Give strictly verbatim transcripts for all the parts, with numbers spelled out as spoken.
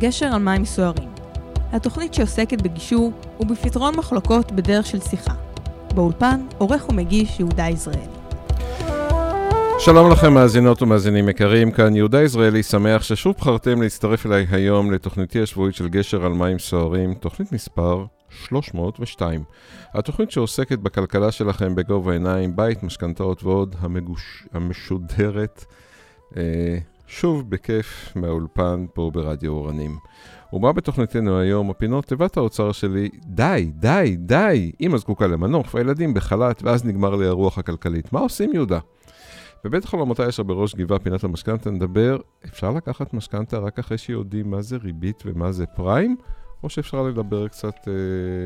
גשר על מים סוערים. התוכנית שעוסקת בגישור ובפתרון מחלוקות בדרך של שיחה. באולפן, עורך ומגיש יהודה יזרעאלי. שלום לכם מאזינות ומאזינים יקרים, כאן יהודה יזרעאלי, שמח ששוב בחרתם להצטרף אליי היום לתוכניתי השבועית של גשר על מים סוערים, תוכנית מספר שלוש מאות ושתיים. התוכנית שעוסקת בכלכלה שלכם בגובה עיניים, בית, משכנתאות ועוד, המגוש... המשודרת אה, שוב בכיף מהאולפן פה ברדיו אורנים. ומה בתוכניתנו היום, הפינות תיבת האוצר שלי, די, די, די, אמא זקוקה למנוף, הילדים בחל"ת ואז נגמר לי הרוח הכלכלית. מה עושים יהודה? בבית חלומותי אשר בראש גבעה פינת המשכנתה נדבר, אפשר לקחת משכנתה רק אחרי שיודעים מה זה ריבית ומה זה פריים, או שאפשר לדבר קצת אה,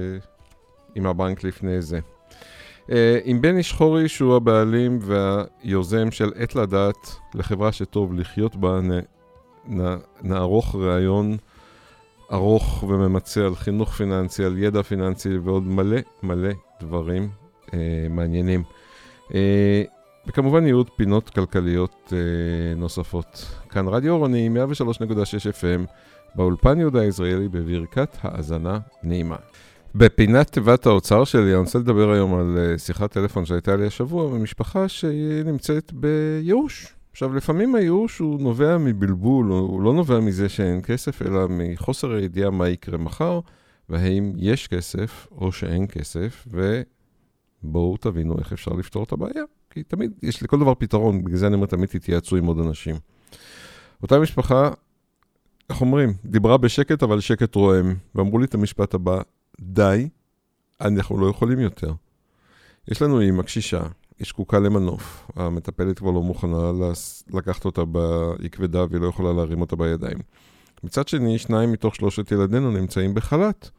עם הבנק לפני זה. אה, עם בני שחורי שהוא הבעלים והיוזם של עת לדעת לחברה שטוב לחיות בה, נ, נ, נערוך רעיון ארוך וממצא על חינוך פיננסי, על ידע פיננסי ועוד מלא מלא דברים אה, מעניינים. אה, וכמובן יהיו עוד פינות כלכליות אה, נוספות. כאן רדיו אורני, מאה ושלוש נקודה שש אף אם, באולפן יהודה יזרעאלי בברכת האזנה נעימה. בפינת תיבת האוצר שלי, אני רוצה לדבר היום על uh, שיחת טלפון שהייתה לי השבוע, במשפחה שנמצאת בייאוש. עכשיו, לפעמים הייאוש הוא נובע מבלבול, הוא לא נובע מזה שאין כסף, אלא מחוסר הידיעה מה יקרה מחר, והאם יש כסף או שאין כסף, ובואו תבינו איך אפשר לפתור את הבעיה. כי תמיד יש לכל דבר פתרון, בגלל זה אני אומר תמיד תתייעצו עם עוד אנשים. אותה משפחה, איך אומרים, דיברה בשקט אבל שקט רועם, ואמרו לי את המשפט הבא, די, אנחנו לא יכולים יותר. יש לנו אימא קשישה, היא שקוקה למנוף, המטפלת כבר לא מוכנה לקחת אותה בעקבדה והיא לא יכולה להרים אותה בידיים. מצד שני, שניים מתוך שלושת ילדינו נמצאים בחל"ת,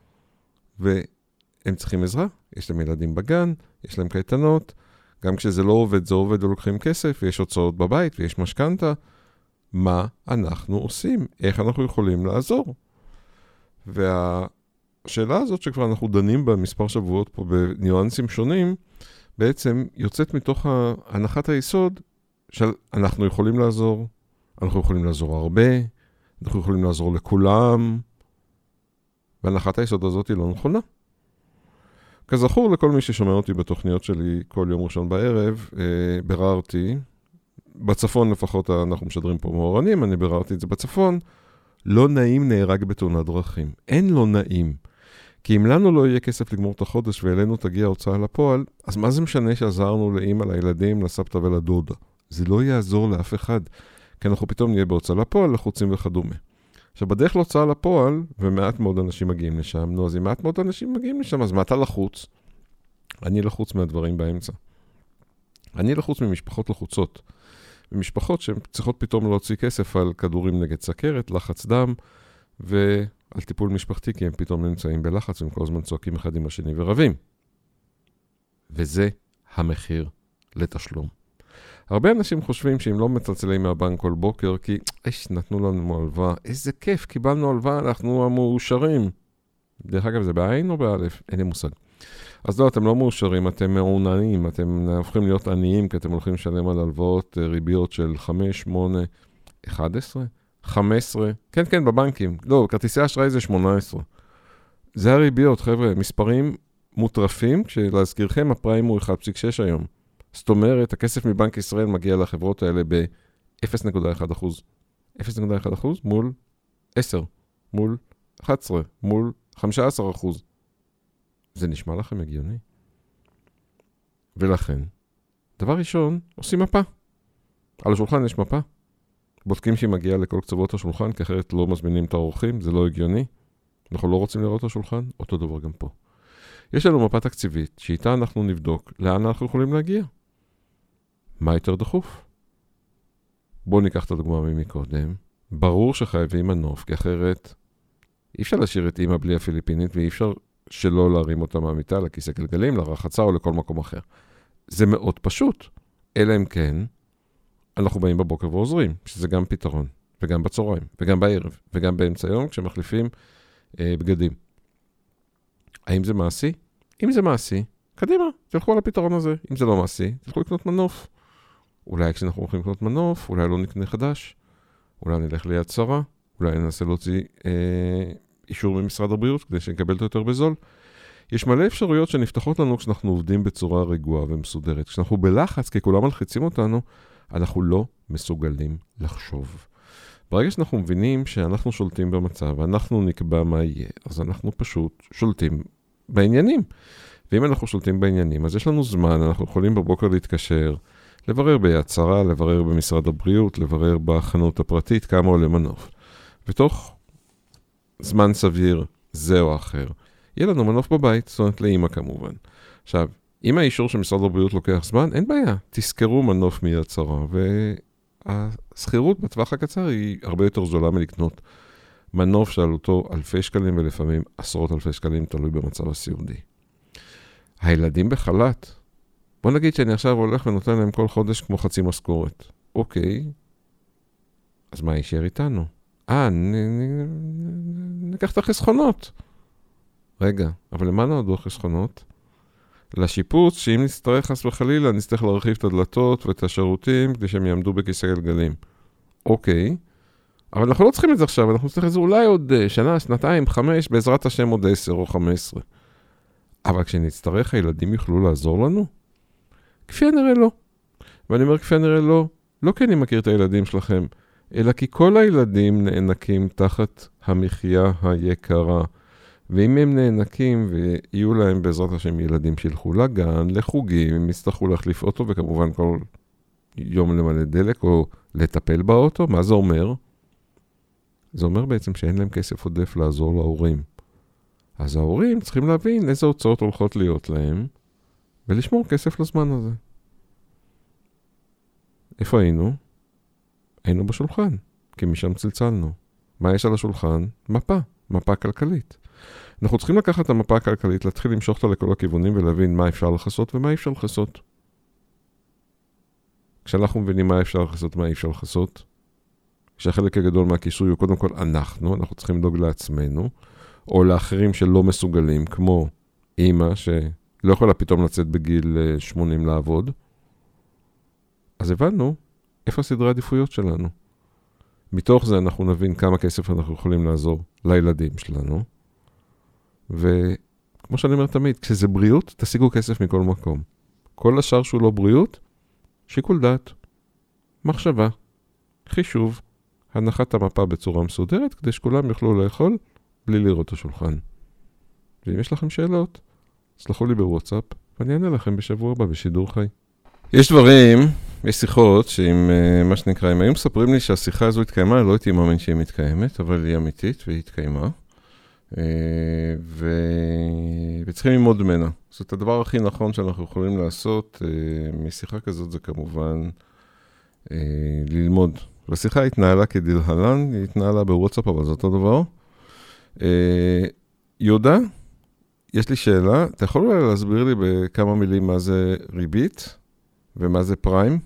והם צריכים עזרה, יש להם ילדים בגן, יש להם קייטנות, גם כשזה לא עובד, זה עובד ולוקחים כסף, ויש הוצאות בבית, ויש משכנתה. מה אנחנו עושים? איך אנחנו יכולים לעזור? והשאלה הזאת שכבר אנחנו דנים בה מספר שבועות פה בניואנסים שונים, בעצם יוצאת מתוך הנחת היסוד של אנחנו יכולים לעזור, אנחנו יכולים לעזור הרבה, אנחנו יכולים לעזור לכולם, והנחת היסוד הזאת היא לא נכונה. כזכור לכל מי ששומע אותי בתוכניות שלי כל יום ראשון בערב, אה, בררתי, בצפון לפחות אנחנו משדרים פה מאורנים, אני בררתי את זה בצפון, לא נעים נהרג בתאונת דרכים. אין לא נעים. כי אם לנו לא יהיה כסף לגמור את החודש ואלינו תגיע הוצאה לפועל, אז מה זה משנה שעזרנו לאמא, לילדים, לסבתא ולדודה? זה לא יעזור לאף אחד, כי אנחנו פתאום נהיה בהוצאה לפועל, לחוצים וכדומה. עכשיו, בדרך להוצאה לפועל, ומעט מאוד אנשים מגיעים לשם, נו, אז אם מעט מאוד אנשים מגיעים לשם, אז מה אתה לחוץ? אני לחוץ מהדברים באמצע. אני לחוץ ממשפחות לחוצות. ממשפחות שהן צריכות פתאום להוציא כסף על כדורים נגד סכרת, לחץ דם, ועל טיפול משפחתי, כי הם פתאום נמצאים בלחץ, והם כל הזמן צועקים אחד עם השני ורבים. וזה המחיר לתשלום. הרבה אנשים חושבים שאם לא מצלצלים מהבנק כל בוקר, כי איש, נתנו לנו הלוואה, איזה כיף, קיבלנו הלוואה, אנחנו המאושרים. דרך אגב, זה בעין או באלף? אין לי מושג. אז לא, אתם לא מאושרים, אתם מעוננים, אתם הופכים להיות עניים, כי אתם הולכים לשלם על הלוואות ריביות של חמש, שמונה, אחת עשרה, חמש עשרה, כן, כן, בבנקים. לא, כרטיסי אשראי זה שמונה עשרה. זה הריביות, חבר'ה, מספרים מוטרפים, כשלהזכירכם הפריים הוא אחד נקודה שש היום. זאת אומרת, הכסף מבנק ישראל מגיע לחברות האלה ב-אפס נקודה אחת אחוז. אפס נקודה אחת אחוז מול עשר, מול אחת עשרה, מול חמישה עשר אחוז. זה נשמע לכם הגיוני. ולכן, דבר ראשון, עושים מפה. על השולחן יש מפה. בודקים שהיא מגיעה לכל קצוות השולחן, כי אחרת לא מזמינים את האורחים, זה לא הגיוני. אנחנו לא רוצים לראות את השולחן, אותו דבר גם פה. יש לנו מפה תקציבית, שאיתה אנחנו נבדוק לאן אנחנו יכולים להגיע. מה יותר דחוף? בואו ניקח את הדוגמה ממקודם. ברור שחייבים מנוף, כי אחרת אי אפשר להשאיר את אמא בלי הפיליפינית, ואי אפשר שלא להרים אותה מהמיטה לכיסא גלגלים, לרחצה או לכל מקום אחר. זה מאוד פשוט. אלא אם כן, אנחנו באים בבוקר ועוזרים, שזה גם פתרון, וגם בצהריים, וגם בערב, וגם באמצע היום, כשמחליפים אה, בגדים. האם זה מעשי? אם זה מעשי, קדימה, תלכו על הפתרון הזה. אם זה לא מעשי, תלכו לקנות מנוף. אולי כשאנחנו הולכים לקנות מנוף, אולי לא נקנה חדש, אולי נלך ליד שרה, אולי ננסה להוציא אה, אישור ממשרד הבריאות, כדי שנקבל אותו יותר בזול. יש מלא אפשרויות שנפתחות לנו כשאנחנו עובדים בצורה רגועה ומסודרת. כשאנחנו בלחץ, כי כולם מלחיצים אותנו, אנחנו לא מסוגלים לחשוב. ברגע שאנחנו מבינים שאנחנו שולטים במצב, אנחנו נקבע מה יהיה, אז אנחנו פשוט שולטים בעניינים. ואם אנחנו שולטים בעניינים, אז יש לנו זמן, אנחנו יכולים בבוקר להתקשר, לברר ביד שרה, לברר במשרד הבריאות, לברר בחנות הפרטית, כמה עולה מנוף. בתוך זמן סביר, זה או אחר. יהיה לנו מנוף בבית, זאת אומרת לאמא כמובן. עכשיו, אם האישור של משרד הבריאות לוקח זמן, אין בעיה. תזכרו מנוף מיד שרה, והסחירות בטווח הקצר היא הרבה יותר זולה מלקנות מנוף שעלותו אלפי שקלים ולפעמים עשרות אלפי שקלים, תלוי במצב הסיעודי. הילדים בחל"ת. בוא נגיד שאני עכשיו הולך ונותן להם כל חודש כמו חצי משכורת. אוקיי, אז מה יישאר איתנו? אה, ניקח את החסכונות. רגע, אבל למה נועדו החסכונות? לשיפוץ, שאם נצטרך חס וחלילה, נצטרך להרחיב את הדלתות ואת השירותים, כדי שהם יעמדו בכיסא גלגלים. אוקיי, אבל אנחנו לא צריכים את זה עכשיו, אנחנו צריכים את זה אולי עוד שנה, שנתיים, חמש, בעזרת השם עוד עשר או חמש עשרה. אבל כשנצטרך, הילדים יוכלו לעזור לנו? כפי הנראה לא. ואני אומר כפי הנראה לא, לא כי אני מכיר את הילדים שלכם, אלא כי כל הילדים נאנקים תחת המחיה היקרה. ואם הם נאנקים ויהיו להם בעזרת השם ילדים שילכו לגן, לחוגים, הם יצטרכו להחליף אוטו, וכמובן כל יום למלא דלק או לטפל באוטו, מה זה אומר? זה אומר בעצם שאין להם כסף עודף לעזור להורים. אז ההורים צריכים להבין איזה הוצאות הולכות להיות להם, ולשמור כסף לזמן הזה. איפה היינו? היינו בשולחן, כי משם צלצלנו. מה יש על השולחן? מפה, מפה כלכלית. אנחנו צריכים לקחת את המפה הכלכלית, להתחיל למשוך אותה לכל הכיוונים ולהבין מה אפשר לחסות ומה אפשר לחסות. כשאנחנו מבינים מה אפשר לחסות ומה אפשר לחסות, כשהחלק הגדול מהכיסוי הוא קודם כל אנחנו, אנחנו צריכים לדאוג לעצמנו, או לאחרים שלא מסוגלים, כמו אמא שלא יכולה פתאום לצאת בגיל שמונים לעבוד. אז הבנו איפה הסדרי העדיפויות שלנו. מתוך זה אנחנו נבין כמה כסף אנחנו יכולים לעזור לילדים שלנו. וכמו שאני אומר תמיד, כשזה בריאות, תשיגו כסף מכל מקום. כל השאר שהוא לא בריאות, שיקול דעת, מחשבה, חישוב, הנחת המפה בצורה מסודרת, כדי שכולם יוכלו לאכול בלי לראות את השולחן. ואם יש לכם שאלות, סלחו לי בוואטסאפ, ואני אענה לכם בשבוע הבא בשידור חי. יש דברים, יש שיחות, שאם, מה שנקרא, אם היו מספרים לי שהשיחה הזו התקיימה, לא הייתי מאמין שהיא מתקיימת, אבל היא אמיתית והיא התקיימה. ו... וצריכים ללמוד ממנה. זאת הדבר הכי נכון שאנחנו יכולים לעשות משיחה כזאת, זה כמובן ללמוד. והשיחה התנהלה כדלהלן, היא התנהלה בוואטסאפ, אבל זה אותו דבר. יהודה, יש לי שאלה, אתה יכול אולי להסביר לי בכמה מילים מה זה ריבית ומה זה פריים?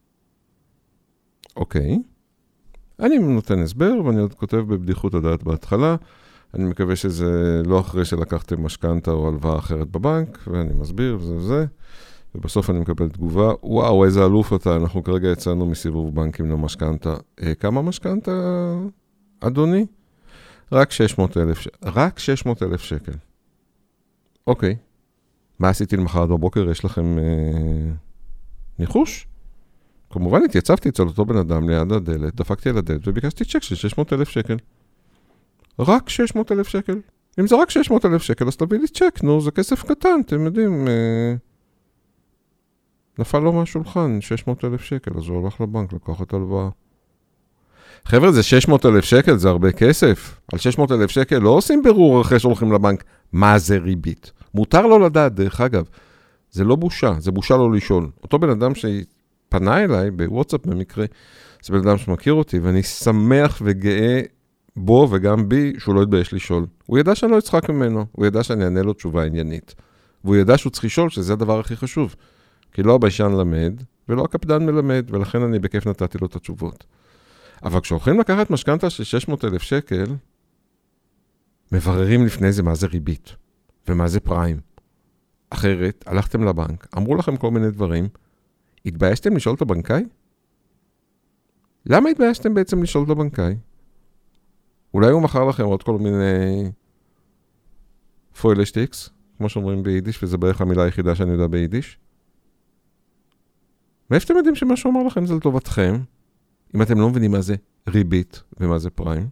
אוקיי. אני נותן הסבר ואני עוד כותב בבדיחות הדעת בהתחלה. אני מקווה שזה לא אחרי שלקחתם משכנתה או הלוואה אחרת בבנק, ואני מסביר וזה וזה. ובסוף אני מקבל תגובה, וואו, איזה אלוף אתה, אנחנו כרגע יצאנו מסיבוב בנקים למשכנתה. אה, כמה משכנתה, אדוני? רק שש מאות אלף שקל. רק שש מאות אלף שקל. אוקיי. מה עשיתי למחרת בבוקר? יש לכם אה, ניחוש? כמובן התייצבתי אצל אותו בן אדם ליד הדלת, דפקתי על הדלת וביקשתי צ'ק של שש מאות אלף שקל. רק שש מאות אלף שקל. אם זה רק שש מאות אלף שקל, אז תביא לי צ'ק, נו, זה כסף קטן, אתם יודעים. אה, נפל לו מהשולחן, שש מאות אלף שקל, אז הוא הולך לבנק לקחת הלוואה. חבר'ה, זה שש מאות אלף שקל, זה הרבה כסף. על שש מאות אלף שקל לא עושים ברור אחרי שהולכים לבנק. מה זה ריבית? מותר לו לדעת, דרך אגב. זה לא בושה, זה בושה לא לשאול. אותו בן אדם שפנה אליי בוואטסאפ במקרה, זה בן אדם שמכיר אותי, ואני שמח וגאה בו וגם בי שהוא לא יתבייש לשאול. הוא ידע שאני לא אצחק ממנו, הוא ידע שאני אענה לו תשובה עניינית. והוא ידע שהוא צריך לשאול שזה הדבר הכי חשוב. כי לא הביישן למד, ולא הקפדן מלמד, ולכן אני בכיף נתתי לו את התשובות. אבל כשהולכים לקחת משכנתה של שש מאות אלף שקל, מבררים לפני זה מה זה ריבית, ומה זה פריים. אחרת, הלכתם לבנק, אמרו לכם כל מיני דברים, התביישתם לשאול את הבנקאי? למה התביישתם בעצם לשאול את הבנקאי? אולי הוא מכר לכם עוד כל מיני פוילשטיקס, כמו שאומרים ביידיש, וזה בערך המילה היחידה שאני יודע ביידיש. מאיפה אתם יודעים שמה שהוא אמר לכם זה לטובתכם, אם אתם לא מבינים מה זה ריבית ומה זה פריים?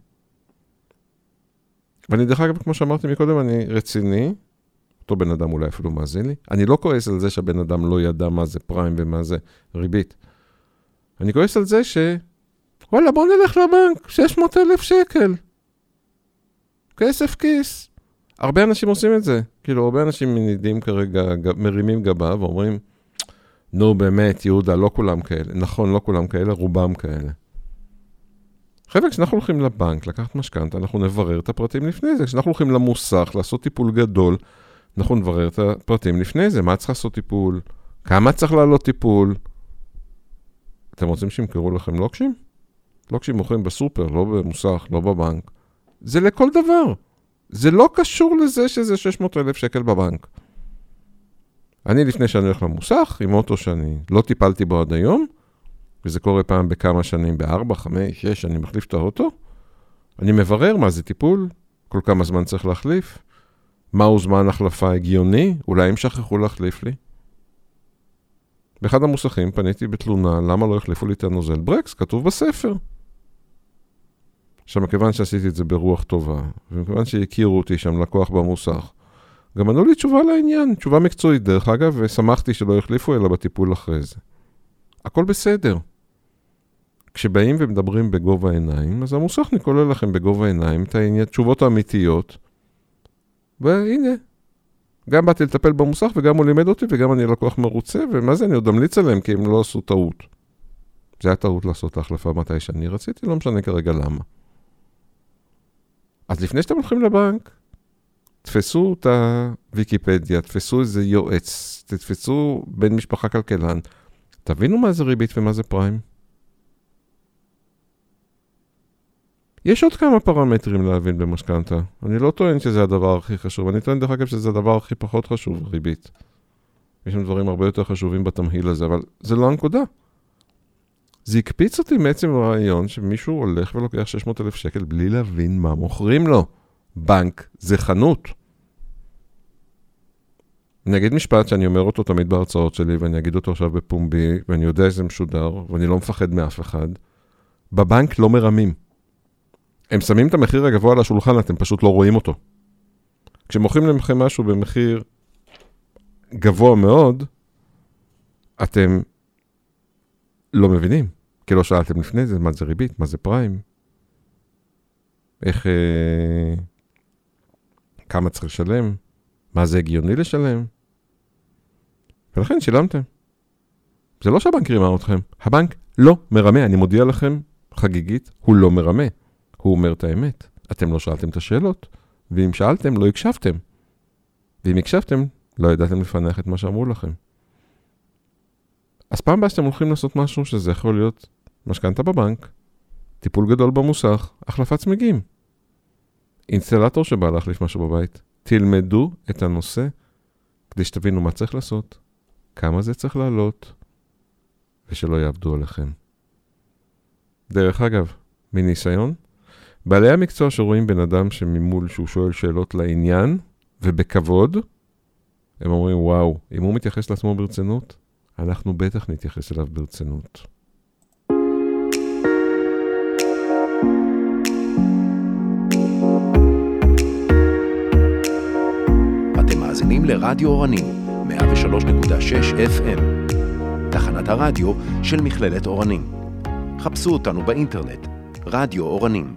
ואני דרך אגב, כמו שאמרתי מקודם, אני רציני, אותו בן אדם אולי אפילו מאזין לי, אני לא כועס על זה שהבן אדם לא ידע מה זה פריים ומה זה ריבית. אני כועס על זה ש... וואלה, בוא נלך לבנק, שש מאות אלף שקל. כסף כיס. הרבה אנשים עושים את זה. כאילו, הרבה אנשים מנידים כרגע, מרימים גבה ואומרים, נו באמת, יהודה, לא כולם כאלה. נכון, לא כולם כאלה, רובם כאלה. חבר'ה, כשאנחנו הולכים לבנק, לקחת משכנתא, אנחנו נברר את הפרטים לפני זה. כשאנחנו הולכים למוסך, לעשות טיפול גדול, אנחנו נברר את הפרטים לפני זה. מה צריך לעשות טיפול? כמה צריך לעלות טיפול? אתם רוצים שימכרו לכם לוקשים? לוקשים מוכרים בסופר, לא במוסך, לא בבנק. זה לכל דבר. זה לא קשור לזה שזה שש מאות אלף שקל בבנק. אני לפני שאני הולך למוסך, עם אוטו שאני לא טיפלתי בו עד היום, וזה קורה פעם בכמה שנים, בארבע, חמש, שש, אני מחליף את האוטו, אני מברר מה זה טיפול, כל כמה זמן צריך להחליף, מהו זמן החלפה הגיוני, אולי הם שכחו להחליף לי. באחד המוסכים פניתי בתלונה, למה לא החליפו לי את הנוזל ברקס, כתוב בספר. עכשיו, מכיוון שעשיתי את זה ברוח טובה, ומכיוון שהכירו אותי שם לקוח במוסך, גם ענו לי תשובה לעניין, תשובה מקצועית דרך אגב, ושמחתי שלא החליפו אלא בטיפול אחרי זה. הכל בסדר. כשבאים ומדברים בגובה העיניים, אז המוסך נקולה לכם בגובה העיניים את התשובות האמיתיות, והנה, גם באתי לטפל במוסך וגם הוא לימד אותי וגם אני לקוח מרוצה, ומה זה אני עוד אמליץ עליהם כי הם לא עשו טעות. זה היה טעות לעשות את ההחלפה מתי שאני רציתי, לא משנה כרגע למה. אז לפני שאתם הולכים לבנק, תפסו את הוויקיפדיה, תפסו איזה יועץ, תתפסו בן משפחה כלכלן, תבינו מה זה ריבית ומה זה פריים. יש עוד כמה פרמטרים להבין במשכנתא. אני לא טוען שזה הדבר הכי חשוב, אני טוען דרך אגב שזה הדבר הכי פחות חשוב, ריבית. יש שם דברים הרבה יותר חשובים בתמהיל הזה, אבל זה לא הנקודה. זה הקפיץ אותי מעצם הרעיון שמישהו הולך ולוקח שש מאות אלף שקל בלי להבין מה מוכרים לו. בנק זה חנות. אני אגיד משפט שאני אומר אותו תמיד בהרצאות שלי, ואני אגיד אותו עכשיו בפומבי, ואני יודע שזה משודר, ואני לא מפחד מאף אחד. בבנק לא מרמים. הם שמים את המחיר הגבוה על השולחן, אתם פשוט לא רואים אותו. כשמוכרים לכם משהו במחיר גבוה מאוד, אתם לא מבינים. כי לא שאלתם לפני זה, מה זה ריבית, מה זה פריים, איך, אה, כמה צריך לשלם, מה זה הגיוני לשלם. ולכן שילמתם. זה לא שהבנק רימה אתכם. הבנק לא מרמה, אני מודיע לכם חגיגית, הוא לא מרמה. הוא אומר את האמת. אתם לא שאלתם את השאלות, ואם שאלתם, לא הקשבתם. ואם הקשבתם, לא ידעתם לפענח את מה שאמרו לכם. אז פעם הבאה שאתם הולכים לעשות משהו שזה יכול להיות משכנתא בבנק, טיפול גדול במוסך, החלפת צמיגים. אינסטלטור שבא להחליף משהו בבית, תלמדו את הנושא כדי שתבינו מה צריך לעשות, כמה זה צריך לעלות, ושלא יעבדו עליכם. דרך אגב, מניסיון, בעלי המקצוע שרואים בן אדם שממול שהוא שואל שאלות לעניין, ובכבוד, הם אומרים, וואו, אם הוא מתייחס לעצמו ברצינות, אנחנו בטח נתייחס אליו ברצינות. אתם מאזינים לרדיו אורנים, מאה ושלוש נקודה שש אף אם, תחנת הרדיו של מכללת אורנים. חפשו אותנו באינטרנט, רדיו אורנים.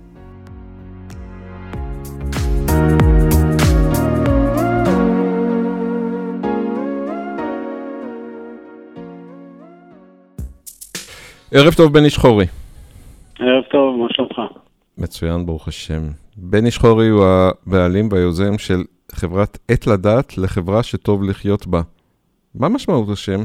ערב טוב, בני שחורי. ערב טוב, מה שלומך? מצוין, ברוך השם. בני שחורי הוא הבעלים והיוזם של חברת עת לדעת לחברה שטוב לחיות בה. מה משמעות השם?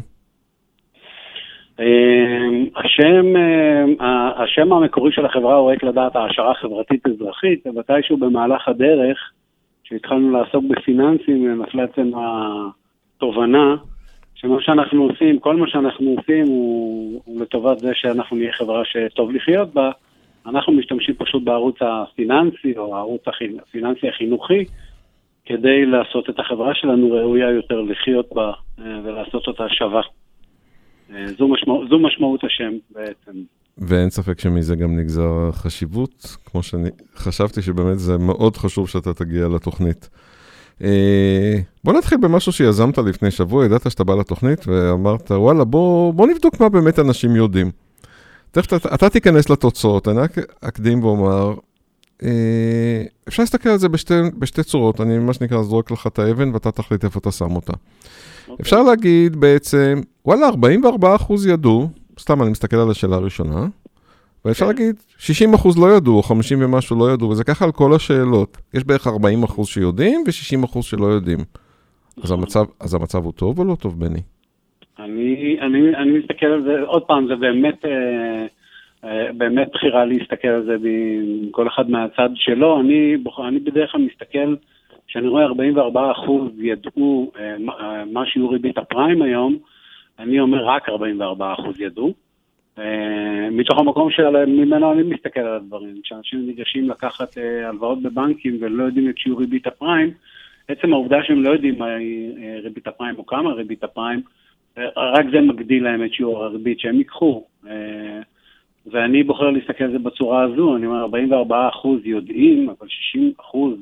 השם, השם המקורי של החברה הוא עת לדעת העשרה חברתית אזרחית, ומתישהו במהלך הדרך, שהתחלנו לעסוק בפיננסים, נפלה אצלנו התובנה, שמה שאנחנו עושים, כל מה שאנחנו עושים הוא, הוא לטובת זה שאנחנו נהיה חברה שטוב לחיות בה, אנחנו משתמשים פשוט בערוץ הפיננסי, או הערוץ הפיננסי החינוכי, כדי לעשות את החברה שלנו ראויה יותר לחיות בה, ולעשות אותה שווה. זו, משמע, זו משמעות השם בעצם. ואין ספק שמזה גם נגזר חשיבות, כמו שאני חשבתי שבאמת זה מאוד חשוב שאתה תגיע לתוכנית. בוא נתחיל במשהו שיזמת לפני שבוע, ידעת שאתה בא לתוכנית ואמרת, וואלה, בוא, בוא נבדוק מה באמת אנשים יודעים. תכף, אתה, אתה תיכנס לתוצאות, אני רק אקדים ואומר, אפשר להסתכל על זה בשתי, בשתי צורות, אני מה שנקרא זורק לך את האבן ואתה תחליט איפה אתה שם אותה. Okay. אפשר להגיד בעצם, וואלה, ארבעים וארבעה אחוז ידעו, סתם אני מסתכל על השאלה הראשונה, ואפשר okay. להגיד, שישים אחוז לא ידעו, או חמישים ומשהו לא ידעו, וזה ככה על כל השאלות. יש בערך ארבעים אחוז שיודעים, ו-שישים אחוז שלא יודעים. Okay. אז המצב, אז המצב הוא טוב או לא טוב, בני? אני, אני, אני מסתכל על זה, עוד פעם, זה באמת, אה, אה, באמת בחירה להסתכל על זה בכל אחד מהצד שלו. אני, אני בדרך כלל מסתכל, כשאני רואה ארבעים וארבעה אחוז ידעו אה, מה, מה שיעור ריבית הפריים היום, אני אומר רק ארבעים וארבעה אחוז ידעו. אה, מתוך המקום שממנו אני מסתכל על הדברים. כשאנשים ניגשים לקחת אה, הלוואות בבנקים ולא יודעים את שיעור ריבית הפריים, עצם העובדה שהם לא יודעים מה אה, ריבית הפריים או כמה ריבית הפריים, רק זה מגדיל להם את שיעור הריבית שהם ייקחו. ואני בוחר להסתכל על זה בצורה הזו, אני אומר ארבעים וארבעה אחוז יודעים, אבל שישים אחוז,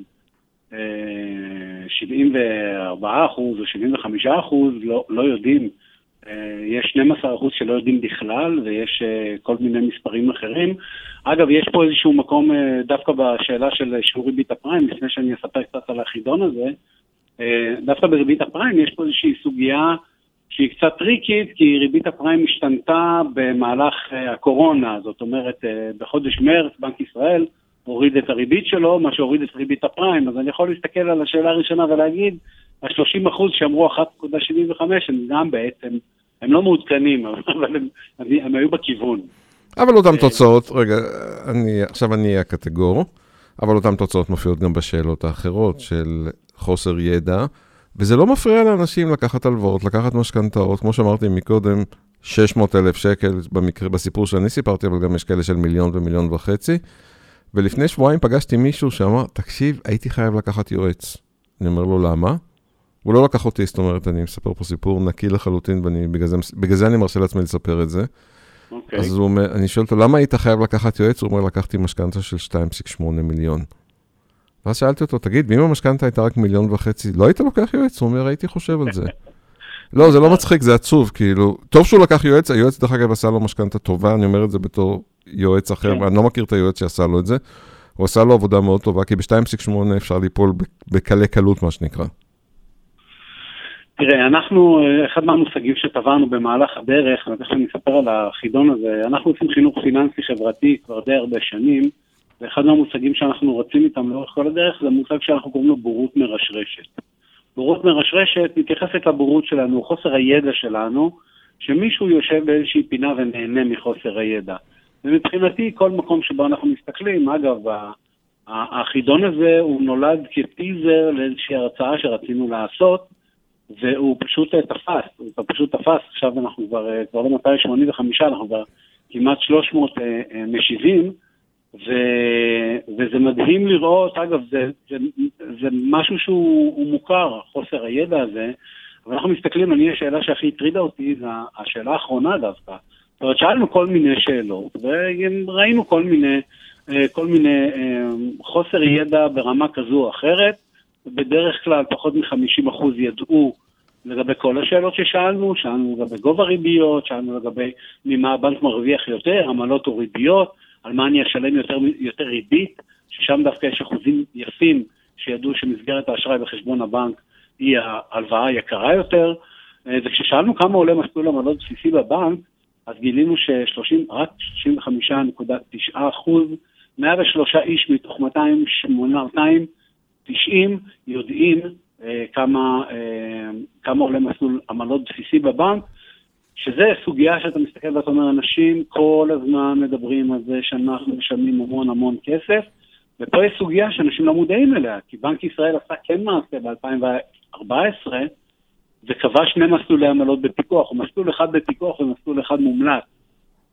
שבעים וארבעה אחוז או שבעים וחמישה אחוז לא, לא יודעים. יש שנים עשר אחוז שלא יודעים בכלל, ויש כל מיני מספרים אחרים. אגב, יש פה איזשהו מקום, דווקא בשאלה של שיעור ריבית הפריים, לפני שאני אספר קצת על החידון הזה, דווקא בריבית הפריים יש פה איזושהי סוגיה שהיא קצת טריקית, כי ריבית הפריים השתנתה במהלך הקורונה. זאת אומרת, בחודש מרץ בנק ישראל הוריד את הריבית שלו, מה שהוריד את ריבית הפריים. אז אני יכול להסתכל על השאלה הראשונה ולהגיד, ה-שלושים אחוז שאמרו אחת נקודה שבעים וחמש, הם גם בעצם, הם לא מעודכנים, אבל הם, הם היו בכיוון. אבל אותם תוצאות, רגע, אני, עכשיו אני אהיה הקטגור, אבל אותם תוצאות מופיעות גם בשאלות האחרות של חוסר ידע, וזה לא מפריע לאנשים לקחת הלוואות, לקחת משכנתאות, כמו שאמרתי מקודם, שש מאות אלף שקל במקרה, בסיפור שאני סיפרתי, אבל גם יש כאלה של מיליון ומיליון וחצי, ולפני שבועיים פגשתי מישהו שאמר, תקשיב, הייתי חייב לקחת יועץ. אני אומר לו, למה? הוא לא לקח אותי, זאת אומרת, אני מספר פה סיפור נקי לחלוטין, ובגלל זה אני מרשה לעצמי לספר את זה. Okay. אז הוא אומר, אני שואל אותו, למה היית חייב לקחת יועץ? הוא אומר, לקחתי משכנתה של שתיים נקודה שמונה מיליון. ואז שאלתי אותו, תגיד, ואם המשכנתה הייתה רק מיליון וחצי, לא היית לוקח יועץ? הוא אומר, הייתי חושב על זה. לא, זה לא מצחיק, זה עצוב, כאילו, טוב שהוא לקח יועץ, היועץ דרך אגב עשה לו משכנתה טובה, אני אומר את זה בתור יועץ אחר, אני לא מכיר את היועץ שעשה לו את זה, הוא עשה לו עבודה מאוד טובה, כי ב-שתיים נקודה שמונה אפשר ליפול בקלי קלות, מה שנקרא. תראה, אנחנו, אחד מהמושגים שטבענו במהלך הדרך, ואני חושב נספר על החידון הזה, אנחנו עושים חינוך פיננסי חברתי כבר די הרבה שנים, ואחד מהמושגים שאנחנו רוצים איתם לאורך כל הדרך, זה מושג שאנחנו קוראים לו בורות מרשרשת. בורות מרשרשת מתייחסת לבורות שלנו, חוסר הידע שלנו, שמישהו יושב באיזושהי פינה ונהנה מחוסר הידע. ומבחינתי, כל מקום שבו אנחנו מסתכלים, אגב, החידון הזה הוא נולד כטיזר לאיזושהי הרצאה שרצינו לעשות, והוא פשוט תפס, הוא פשוט תפס, עכשיו אנחנו כבר, כבר לא מאתיים שמונים וחמש, אנחנו כבר כמעט שלוש מאות משיבים, ו, וזה מדהים לראות, אגב, זה, זה, זה משהו שהוא מוכר, חוסר הידע הזה, אבל אנחנו מסתכלים, אני השאלה שהכי הטרידה אותי, זה השאלה האחרונה דווקא. זאת אומרת, שאלנו כל מיני שאלות, וראינו כל מיני, כל מיני חוסר ידע ברמה כזו או אחרת, בדרך כלל פחות מ-חמישים אחוז ידעו לגבי כל השאלות ששאלנו, שאלנו לגבי גובה ריביות, שאלנו לגבי ממה הבנק מרוויח יותר, עמלות או ריביות, על מה אני אשלם יותר, יותר ריבית, ששם דווקא יש אחוזים יפים שידעו שמסגרת האשראי בחשבון הבנק היא ההלוואה היקרה יותר, וכששאלנו כמה עולה מסלול עמלות בסיסי בבנק, אז גילינו ש-שלושים, רק שלושים וחמישה נקודה תשע אחוז, מאה ושלושה איש מתוך מאתיים תשעים יודעים אה, כמה, אה, כמה עולה מסלול עמלות בסיסי בבנק, שזה סוגיה שאתה מסתכל ואתה אומר, אנשים כל הזמן מדברים על זה שאנחנו משלמים המון המון כסף, ופה יש סוגיה שאנשים לא מודעים אליה, כי בנק ישראל עשה כן מעשה ב-אלפיים וארבע עשרה, וקבע שני מסלולי עמלות בפיקוח, או מסלול אחד בפיקוח ומסלול אחד מומלץ.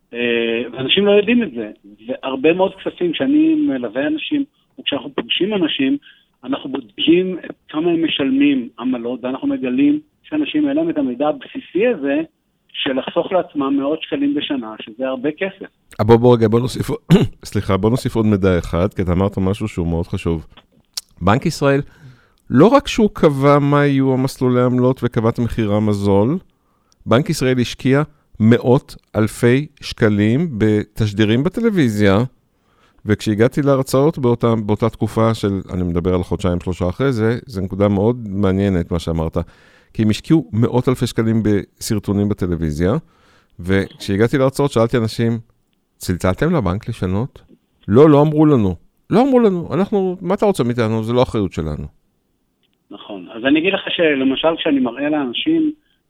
ואנשים לא יודעים את זה. והרבה מאוד כספים שאני מלווה אנשים, וכשאנחנו פוגשים אנשים, אנחנו בודקים כמה הם משלמים עמלות, ואנחנו מגלים שאנשים אליהם את המידע הבסיסי הזה, של לחסוך לעצמם מאות שקלים בשנה, שזה הרבה כסף. בוא בוא רגע, בוא נוסיף, סליחה, בוא נוסיף עוד מידע אחד, כי אתה אמרת משהו שהוא מאוד חשוב. בנק ישראל, לא רק שהוא קבע מה יהיו המסלולי העמלות וקבע את מחירם הזול, בנק ישראל השקיע מאות אלפי שקלים בתשדירים בטלוויזיה, וכשהגעתי להרצאות באותה, באותה תקופה של, אני מדבר על חודשיים שלושה אחרי זה, זה נקודה מאוד מעניינת מה שאמרת, כי הם השקיעו מאות אלפי שקלים בסרטונים בטלוויזיה, וכשהגעתי להרצאות שאלתי אנשים, צלצלתם לבנק לשנות? לא, לא אמרו לנו. לא אמרו לנו, אנחנו, מה אתה רוצה מאיתנו? זה לא אחריות שלנו. נכון, אז אני אגיד לך שלמשל כשאני מראה לאנשים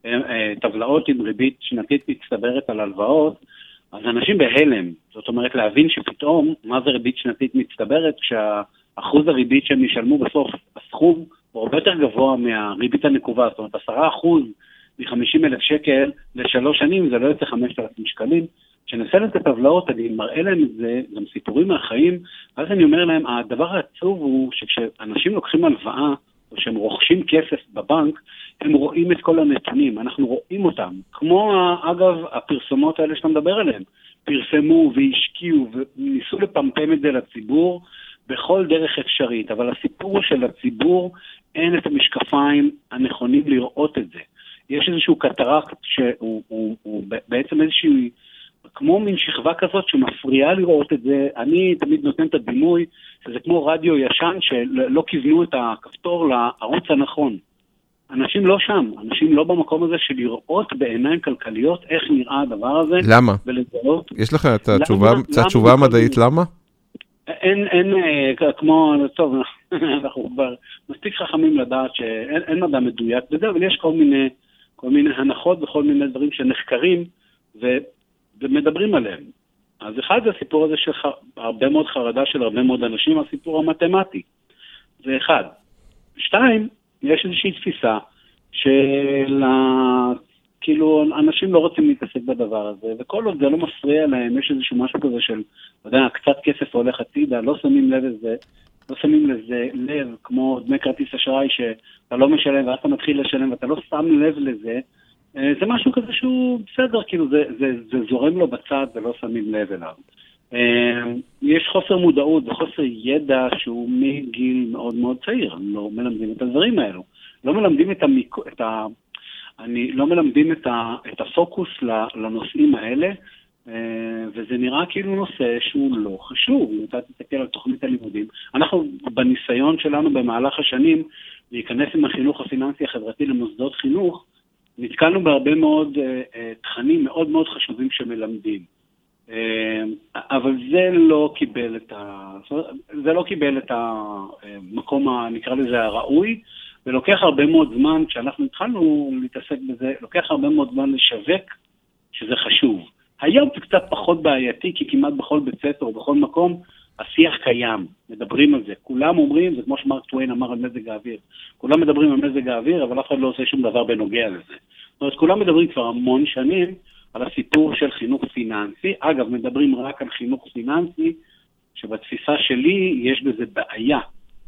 טבלאות עם ריבית שנתית מצטברת על הלוואות, אז אנשים בהלם, זאת אומרת להבין שפתאום מה זה ריבית שנתית מצטברת, כשהאחוז הריבית שהם ישלמו בסוף הסכום הוא הרבה יותר גבוה מהריבית הנקובה, זאת אומרת עשרה אחוז מ-חמישים אלף שקל לשלוש שנים זה לא יוצא חמשת אלפים שקלים, כשנסה את הטבלאות אני מראה להם את זה, גם סיפורים מהחיים, אז אני אומר להם, הדבר העצוב הוא שכשאנשים לוקחים הלוואה, או שהם רוכשים כסף בבנק, הם רואים את כל הנתונים, אנחנו רואים אותם. כמו, אגב, הפרסומות האלה שאתה מדבר עליהן, פרסמו והשקיעו וניסו לפמפם את זה לציבור בכל דרך אפשרית, אבל הסיפור של הציבור אין את המשקפיים הנכונים לראות את זה. יש איזשהו קטרקט שהוא הוא, הוא בעצם איזשהו, כמו מין שכבה כזאת שמפריעה לראות את זה. אני תמיד נותן את הדימוי, שזה כמו רדיו ישן שלא כיוונו את הכפתור לערוץ הנכון. אנשים לא שם, אנשים לא במקום הזה של לראות בעיניים כלכליות איך נראה הדבר הזה. למה? ולזהות. יש לך את התשובה, את התשובה המדעית למה? אין, אין, כמו, טוב, אנחנו כבר מספיק חכמים לדעת שאין אין מדע מדויק בזה, אבל יש כל מיני, כל מיני הנחות וכל מיני דברים שנחקרים ו, ומדברים עליהם. אז אחד זה הסיפור הזה של הרבה מאוד חרדה של הרבה מאוד אנשים, הסיפור המתמטי. זה אחד. שתיים, יש איזושהי תפיסה של כאילו אנשים לא רוצים להתעסק בדבר הזה, וכל עוד זה לא מפריע להם, יש איזשהו משהו כזה של, אתה יודע, קצת כסף הולך הצידה, לא שמים לב לזה, לא שמים לזה לב, כמו דמי כרטיס אשראי שאתה לא משלם ואז אתה מתחיל לשלם ואתה לא שם לב לזה, זה משהו כזה שהוא בסדר, כאילו זה, זה, זה זורם לו בצד ולא שמים לב אליו. יש חוסר מודעות וחוסר ידע שהוא מגיל מאוד מאוד צעיר, לא מלמדים את הדברים האלו, לא מלמדים את המיקו, את ה... אני לא מלמדים את, ה, את הפוקוס לנושאים האלה, וזה נראה כאילו נושא שהוא לא חשוב. אם אתה תסתכל על תוכנית הלימודים, אנחנו בניסיון שלנו במהלך השנים, להיכנס עם החינוך הפיננסי החברתי למוסדות חינוך, נתקלנו בהרבה מאוד תכנים מאוד מאוד חשובים שמלמדים. אבל זה לא קיבל את ה... זה לא קיבל את המקום, נקרא לזה, הראוי, ולוקח הרבה מאוד זמן, כשאנחנו התחלנו להתעסק בזה, לוקח הרבה מאוד זמן לשווק שזה חשוב. היום זה קצת פחות בעייתי, כי כמעט בכל בית ספר או בכל מקום, השיח קיים, מדברים על זה. כולם אומרים, זה כמו שמרק טוויין אמר על מזג האוויר, כולם מדברים על מזג האוויר, אבל אף אחד לא עושה שום דבר בנוגע לזה. זאת אומרת, כולם מדברים כבר המון שנים על הסיפור של חינוך פיננסי. אגב, מדברים רק על חינוך פיננסי, שבתפיסה שלי יש בזה בעיה.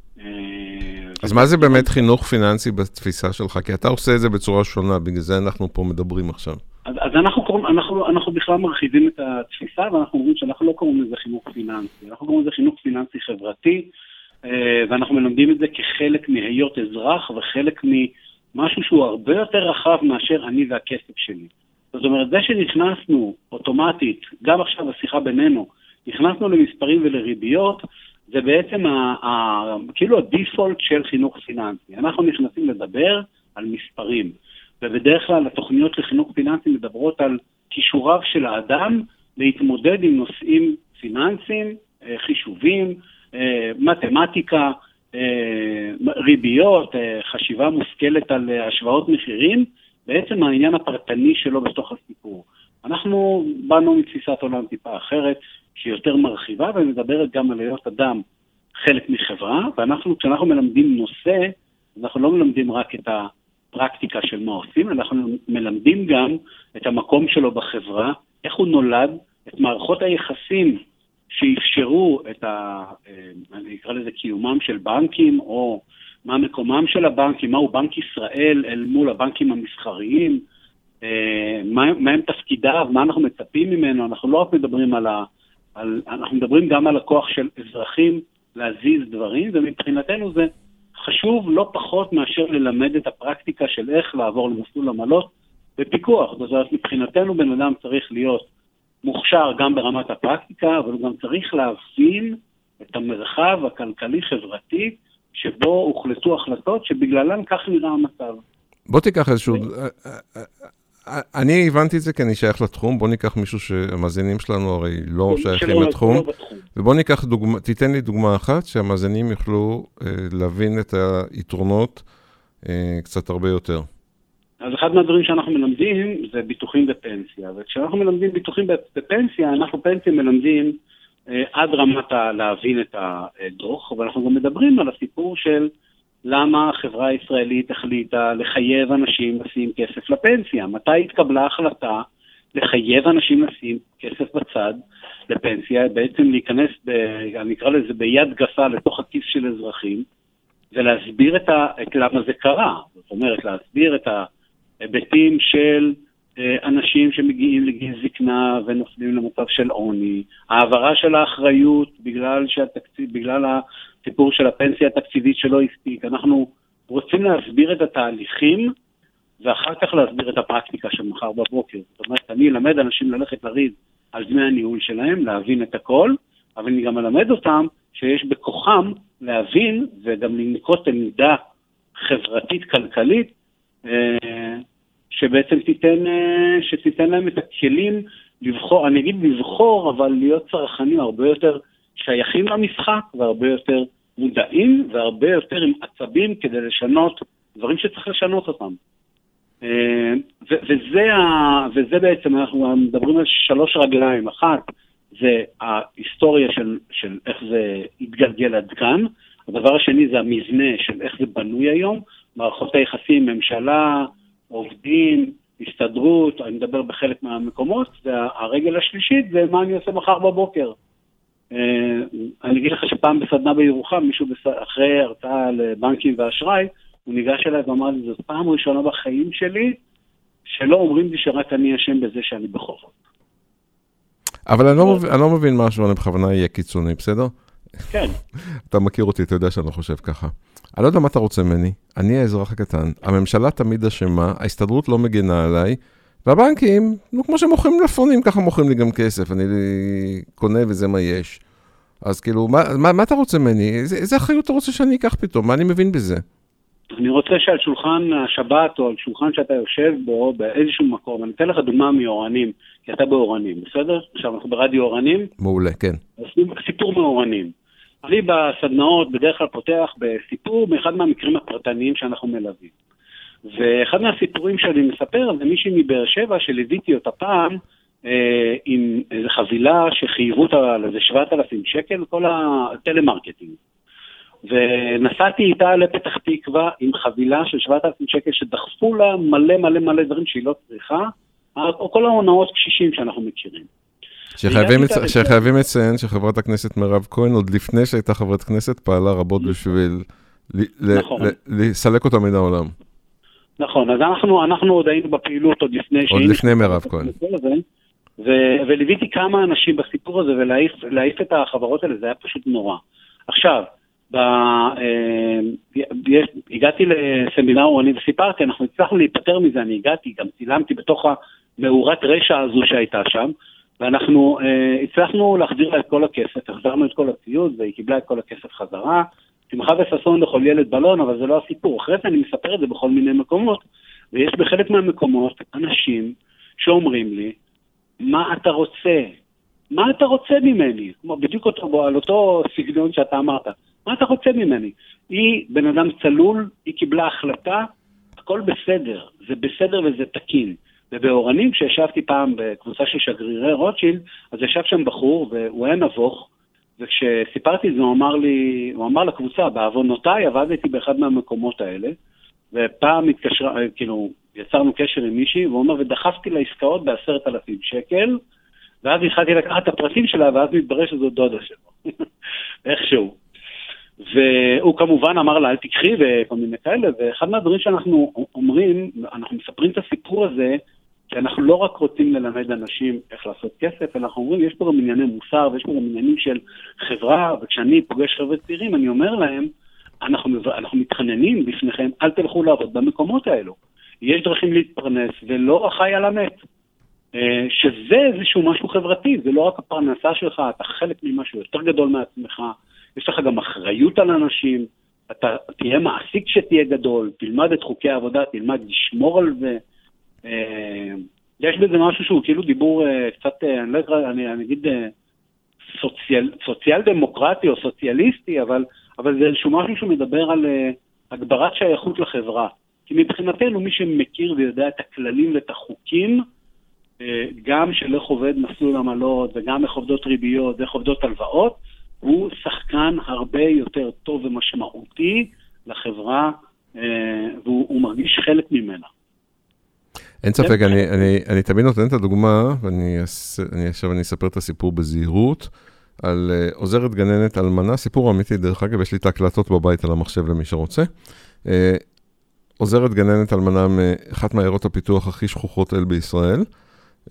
אז מה זה באמת חינוך פיננסי בתפיסה שלך? כי אתה עושה את זה בצורה שונה, בגלל זה אנחנו פה מדברים עכשיו. אז, אז אנחנו, אנחנו, אנחנו בכלל מרחיבים את התפיסה, ואנחנו אומרים שאנחנו לא קוראים לזה חינוך פיננסי, אנחנו קוראים לזה חינוך פיננסי חברתי, ואנחנו מלמדים את זה כחלק מהיות אזרח, וחלק ממשהו שהוא הרבה יותר רחב מאשר אני והכסף שלי. זאת אומרת, זה שנכנסנו אוטומטית, גם עכשיו השיחה בינינו, נכנסנו למספרים ולריביות, זה בעצם ה, ה, כאילו הדיפולט של חינוך פיננסי. אנחנו נכנסים לדבר על מספרים, ובדרך כלל התוכניות לחינוך פיננסי מדברות על כישוריו של האדם להתמודד עם נושאים פיננסיים, חישובים, מתמטיקה, ריביות, חשיבה מושכלת על השוואות מחירים, בעצם העניין הפרטני שלו בתוך הסיפור. אנחנו באנו מתפיסת עולם טיפה אחרת, שהיא יותר מרחיבה, ומדברת גם על להיות אדם חלק מחברה, ואנחנו, כשאנחנו מלמדים נושא, אנחנו לא מלמדים רק את הפרקטיקה של מה עושים, אנחנו מלמדים גם את המקום שלו בחברה, איך הוא נולד, את מערכות היחסים שאפשרו את ה... אני אקרא לזה קיומם של בנקים, או מה מקומם של הבנקים, מהו בנק ישראל אל מול הבנקים המסחריים, מה, מה הם תפקידיו, מה אנחנו מצפים ממנו. אנחנו לא רק מדברים על ה... על, אנחנו מדברים גם על הכוח של אזרחים להזיז דברים, ומבחינתנו זה חשוב לא פחות מאשר ללמד את הפרקטיקה של איך לעבור למסלול עמלות בפיקוח. זאת אומרת, מבחינתנו בן אדם צריך להיות מוכשר גם ברמת הפרקטיקה, אבל הוא גם צריך להבין את המרחב הכלכלי-חברתי שבו הוחלטו החלטות שבגללן כך נראה המצב. בוא תיקח איזשהו... אני הבנתי את זה כי אני שייך לתחום, בוא ניקח מישהו שהמאזינים שלנו הרי לא שייכים לתחום, ובוא ניקח דוגמה, תיתן לי דוגמה אחת שהמאזינים יוכלו להבין את היתרונות קצת הרבה יותר. אז אחד מהדברים שאנחנו מלמדים זה ביטוחים ופנסיה, וכשאנחנו מלמדים ביטוחים ופנסיה, אנחנו פנסיה מלמדים עד רמת להבין את הדוח, אבל אנחנו גם מדברים על הסיפור של למה החברה הישראלית החליטה לחייב אנשים לשים כסף לפנסיה. מתי התקבלה החלטה לחייב אנשים לשים כסף בצד לפנסיה, בעצם להיכנס, ב, אני אקרא לזה ביד גסה לתוך הכיס של אזרחים, ולהסביר את, ה, את למה זה קרה. זאת אומרת, להסביר את ההיבטים של אנשים שמגיעים לגיל זקנה ונופלים למצב של עוני, העברה של האחריות בגלל שהתקציב, בגלל הסיפור של הפנסיה התקציבית שלא הספיק. אנחנו רוצים להסביר את התהליכים ואחר כך להסביר את הפרקטיקה של מחר בבוקר. זאת אומרת, אני אלמד אנשים ללכת לריב על דמי הניהול שלהם, להבין את הכל, אבל אני גם אלמד אותם שיש בכוחם להבין וגם לנקוט עמדה חברתית כלכלית שבעצם תיתן, שתיתן להם את הכלים לבחור, אני אגיד לבחור, אבל להיות צרכנים הרבה יותר שייכים למשחק, והרבה יותר מודעים, והרבה יותר עם עצבים כדי לשנות דברים שצריך לשנות אותם. וזה, וזה בעצם, אנחנו מדברים על שלוש רגליים. אחת, זה ההיסטוריה של, של איך זה התגלגל עד כאן. הדבר השני זה המבנה של איך זה בנוי היום, מערכות היחסים, ממשלה, עובדים, הסתדרות, אני מדבר בחלק מהמקומות, והרגל השלישית זה מה אני עושה מחר בבוקר. אני אגיד לך שפעם בסדנה בירוחם, מישהו אחרי הרצאה לבנקים ואשראי, הוא ניגש אליי ואמר לי, זאת פעם ראשונה בחיים שלי, שלא אומרים לי שרק אני אשם בזה שאני בחובות. אבל אני לא מבין, אני לא מבין משהו, אני בכוונה אהיה קיצוני, בסדר? כן. אתה מכיר אותי, אתה יודע שאני לא חושב ככה. אני לא יודע מה אתה רוצה ממני, אני האזרח הקטן, הממשלה תמיד אשמה, ההסתדרות לא מגנה עליי, והבנקים, נו, כמו שמוכרים לפונים, ככה מוכרים לי גם כסף, אני קונה וזה מה יש. אז כאילו, מה, מה, מה אתה רוצה ממני? איזה, איזה אחריות אתה רוצה שאני אקח פתאום? מה אני מבין בזה? אני רוצה שעל שולחן השבת, או על שולחן שאתה יושב בו, באיזשהו מקום, אני אתן לך דוגמה מאורנים, כי אתה באורנים, בסדר? עכשיו אנחנו ברדיו אורנים. מעולה, כן. סיפור מאורנים. אני בסדנאות בדרך כלל פותח בסיפור מאחד מהמקרים הפרטניים שאנחנו מלווים. ואחד מהסיפורים שאני מספר זה מישהי מבאר שבע שליוויתי אותה פעם אה, עם איזו חבילה שחייבו אותה על איזה שבעת אלפים שקל, כל הטלמרקטינג. ונסעתי איתה לפתח תקווה עם חבילה של שבעת אלפים שקל שדחפו לה מלא מלא מלא דברים שהיא לא צריכה, או כל ההונאות קשישים שאנחנו מכירים. שחייבים לציין שחברת הכנסת מירב כהן, עוד לפני שהייתה חברת כנסת, פעלה רבות בשביל לסלק אותה מן העולם. נכון, אז אנחנו עוד היינו בפעילות עוד לפני... עוד לפני מירב כהן. וליוויתי כמה אנשים בסיפור הזה, ולהעיף את החברות האלה, זה היה פשוט נורא. עכשיו, הגעתי לסמינר אורני וסיפרתי, אנחנו הצלחנו להיפטר מזה, אני הגעתי, גם צילמתי בתוך המאורת רשע הזו שהייתה שם, ואנחנו אה, הצלחנו להחזיר לה את כל הכסף, החזרנו את כל הציוד, והיא קיבלה את כל הכסף חזרה, שמחה וששון לכל ילד בלון, אבל זה לא הסיפור. אחרי זה אני מספר את זה בכל מיני מקומות, ויש בחלק מהמקומות אנשים שאומרים לי, מה אתה רוצה? מה אתה רוצה ממני? כמו בדיוק אותו, על אותו סגנון שאתה אמרת, מה אתה רוצה ממני? היא בן אדם צלול, היא קיבלה החלטה, הכל בסדר, זה בסדר וזה תקין. ובאורנים, כשישבתי פעם בקבוצה של שגרירי רוטשילד, אז ישב שם בחור, והוא היה נבוך, וכשסיפרתי את זה, הוא אמר לי, הוא אמר לקבוצה, בעוונותיי עבדתי באחד מהמקומות האלה, ופעם התקשר, כאילו, יצרנו קשר עם מישהי, והוא אומר, ודחפתי לעסקאות בעשרת אלפים שקל, ואז התחלתי לקחת את הפרטים שלה, ואז מתברר שזו דודה שלו. איכשהו. והוא כמובן אמר לה, אל תקחי וכל מיני כאלה, ואחד מהדברים שאנחנו אומרים, אנחנו מספרים את הסיפור הזה, כי אנחנו לא רק רוצים ללמד אנשים איך לעשות כסף, אלא אנחנו אומרים, יש פה גם ענייני מוסר, ויש פה גם עניינים של חברה, וכשאני פוגש חבר'ה צעירים, אני אומר להם, אנחנו, אנחנו מתחננים בפניכם, אל תלכו לעבוד במקומות האלו. יש דרכים להתפרנס, ולא החי על המת. שזה איזשהו משהו חברתי, זה לא רק הפרנסה שלך, אתה חלק ממשהו יותר גדול מעצמך, יש לך גם אחריות על אנשים, אתה תהיה מעסיק שתהיה גדול, תלמד את חוקי העבודה, תלמד לשמור על זה. יש בזה משהו שהוא כאילו דיבור קצת, אני לא אקרא, אני, אני אגיד סוציאל, סוציאל דמוקרטי או סוציאליסטי, אבל, אבל זה איזשהו משהו שמדבר על הגברת שייכות לחברה. כי מבחינתנו מי שמכיר ויודע את הכללים ואת החוקים, גם של איך עובד מסלול עמלות וגם איך עובדות ריביות ואיך עובדות הלוואות, הוא שחקן הרבה יותר טוב ומשמעותי לחברה, והוא מרגיש חלק ממנה. אין ספק, אני, אני, אני תמיד נותן את הדוגמה, ואני אני, עכשיו אני אספר את הסיפור בזהירות, על uh, עוזרת גננת אלמנה, סיפור אמיתי, דרך אגב, יש לי את ההקלטות בבית על המחשב למי שרוצה. Uh, עוזרת גננת אלמנה מאחת מעיירות הפיתוח הכי שכוחות אל בישראל, uh,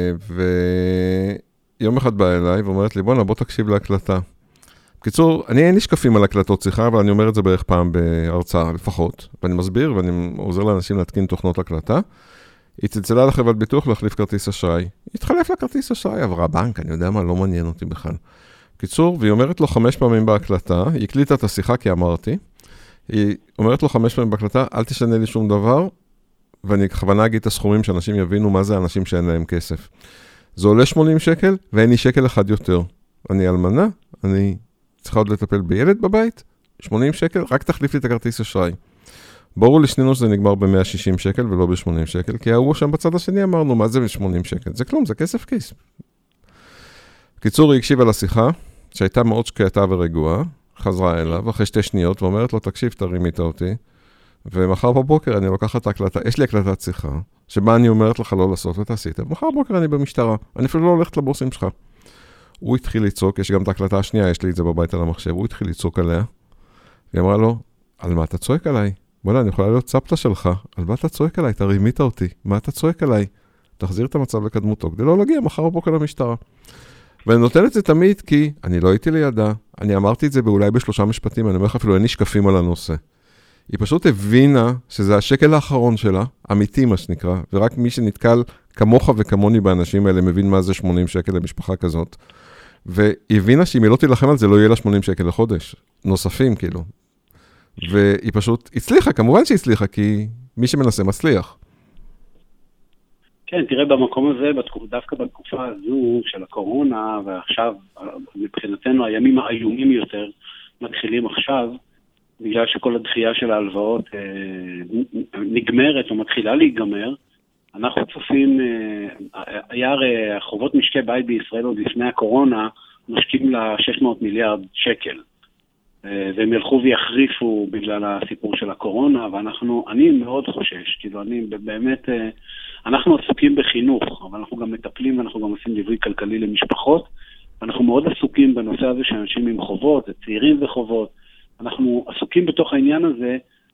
ויום אחד באה אליי ואומרת לי, בוא, בוא תקשיב להקלטה. בקיצור, אני אין לי שקפים על הקלטות שיחה, אבל אני אומר את זה בערך פעם בהרצאה לפחות, ואני מסביר ואני עוזר לאנשים להתקין תוכנות הקלטה. היא צלצלה לחברת ביטוח להחליף כרטיס אשראי. היא התחלף לכרטיס אשראי, עברה בנק, אני יודע מה, לא מעניין אותי בכלל. בקיצור, והיא אומרת לו חמש פעמים בהקלטה, היא הקליטה את השיחה כי אמרתי, היא אומרת לו חמש פעמים בהקלטה, אל תשנה לי שום דבר, ואני בכוונה אגיד את הסכומים שאנשים יבינו מה זה אנשים שאין להם כסף. זה עולה שמונים שקל, ואין לי שקל אחד יותר. אני אלמנה, אני צריכה עוד לטפל בילד בבית, שמונים שקל, רק תחליף לי את הכרטיס אשראי. ברור לשנינו שזה נגמר ב-מאה ושישים שקל ולא ב-שמונים שקל, כי ההוא שם בצד השני אמרנו, מה זה ב-שמונים שקל? זה כלום, זה כסף כיס. בקיצור, היא הקשיבה לשיחה, שהייתה מאוד שקטה ורגועה, חזרה אליו, אחרי שתי שניות, ואומרת לו, תקשיב, תרימית אותי, ומחר בבוקר אני לוקחת את ההקלטה, יש לי הקלטת שיחה, שבה אני אומרת לך לא לעשות את עשית, ומחר בבוקר אני במשטרה, אני אפילו לא הולכת לבוסים שלך. הוא התחיל לצעוק, יש גם את ההקלטה השנייה, יש לי את זה בבית על המחשב, הוא התחיל לצעוק עליה, והיא אמרה לו, על מה אתה צועק עליי? בוא'נה, אני יכולה להיות סבתא שלך, על מה אתה צועק עליי? אתה רימית אותי, מה אתה צועק עליי? תחזיר את המצב לקדמותו, כדי לא להגיע מחר בבוקר למשטרה. ואני נותן את זה תמיד כי אני לא הייתי לידה, אני אמרתי את זה באולי בשלושה משפטים, אני אומר לך אפילו אין לי שקפים על הנושא. היא פשוט הבינה שזה השקל האחרון שלה, אמיתי מה שנקרא, ורק מי שנתקל כמוך וכמוני באנשים האלה מבין מה זה שמונים שקל למשפחה כזאת. והיא הבינה שאם היא לא תילחם על זה, לא יהיה לה שמונים שקל לחודש. נוספים, כאילו. והיא פשוט הצליחה, כמובן שהיא הצליחה, כי מי שמנסה מצליח. כן, תראה, במקום הזה, דווקא בתקופה הזו של הקורונה, ועכשיו, מבחינתנו, הימים האיומים יותר מתחילים עכשיו, בגלל שכל הדחייה של ההלוואות נגמרת או מתחילה להיגמר, אנחנו צופים, היה הרי חובות משקי בית בישראל עוד לפני הקורונה, משקיעים ל-שש מאות מיליארד שקל. והם ילכו ויחריפו בגלל הסיפור של הקורונה, ואנחנו, אני מאוד חושש, כאילו אני באמת, אנחנו עסוקים בחינוך, אבל אנחנו גם מטפלים ואנחנו גם עושים ליווי כלכלי למשפחות, ואנחנו מאוד עסוקים בנושא הזה שאנשים עם חובות, צעירים וחובות, אנחנו עסוקים בתוך העניין הזה,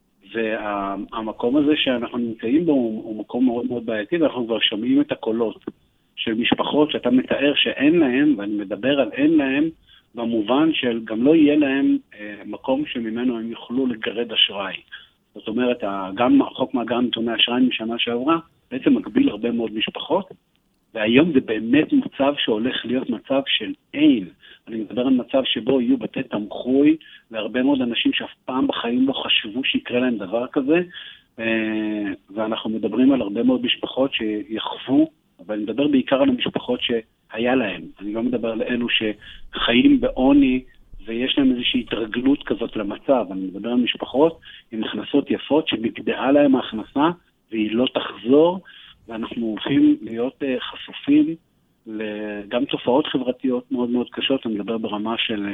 והמקום הזה שאנחנו נמצאים בו הוא, הוא מקום מאוד מאוד בעייתי, ואנחנו כבר שומעים את הקולות של משפחות שאתה מתאר שאין להם, ואני מדבר על אין להם, במובן של גם לא יהיה להם אה, מקום שממנו הם יוכלו לגרד אשראי. זאת אומרת, גם החוק מאגר נתוני אשראי משנה שעברה, בעצם מגביל הרבה מאוד משפחות, והיום זה באמת מצב שהולך להיות מצב של אין. אני מדבר על מצב שבו יהיו בתי תמחוי, והרבה מאוד אנשים שאף פעם בחיים לא חשבו שיקרה להם דבר כזה, אה, ואנחנו מדברים על הרבה מאוד משפחות שיחוו, אבל אני מדבר בעיקר על המשפחות שהיה להם. אני לא מדבר על אלו שחיים בעוני ויש להם איזושהי התרגלות כזאת למצב. אני מדבר על משפחות עם הכנסות יפות שמגדעה להם ההכנסה והיא לא תחזור, ואנחנו הולכים להיות חשופים גם תופעות חברתיות מאוד מאוד קשות. אני מדבר ברמה של,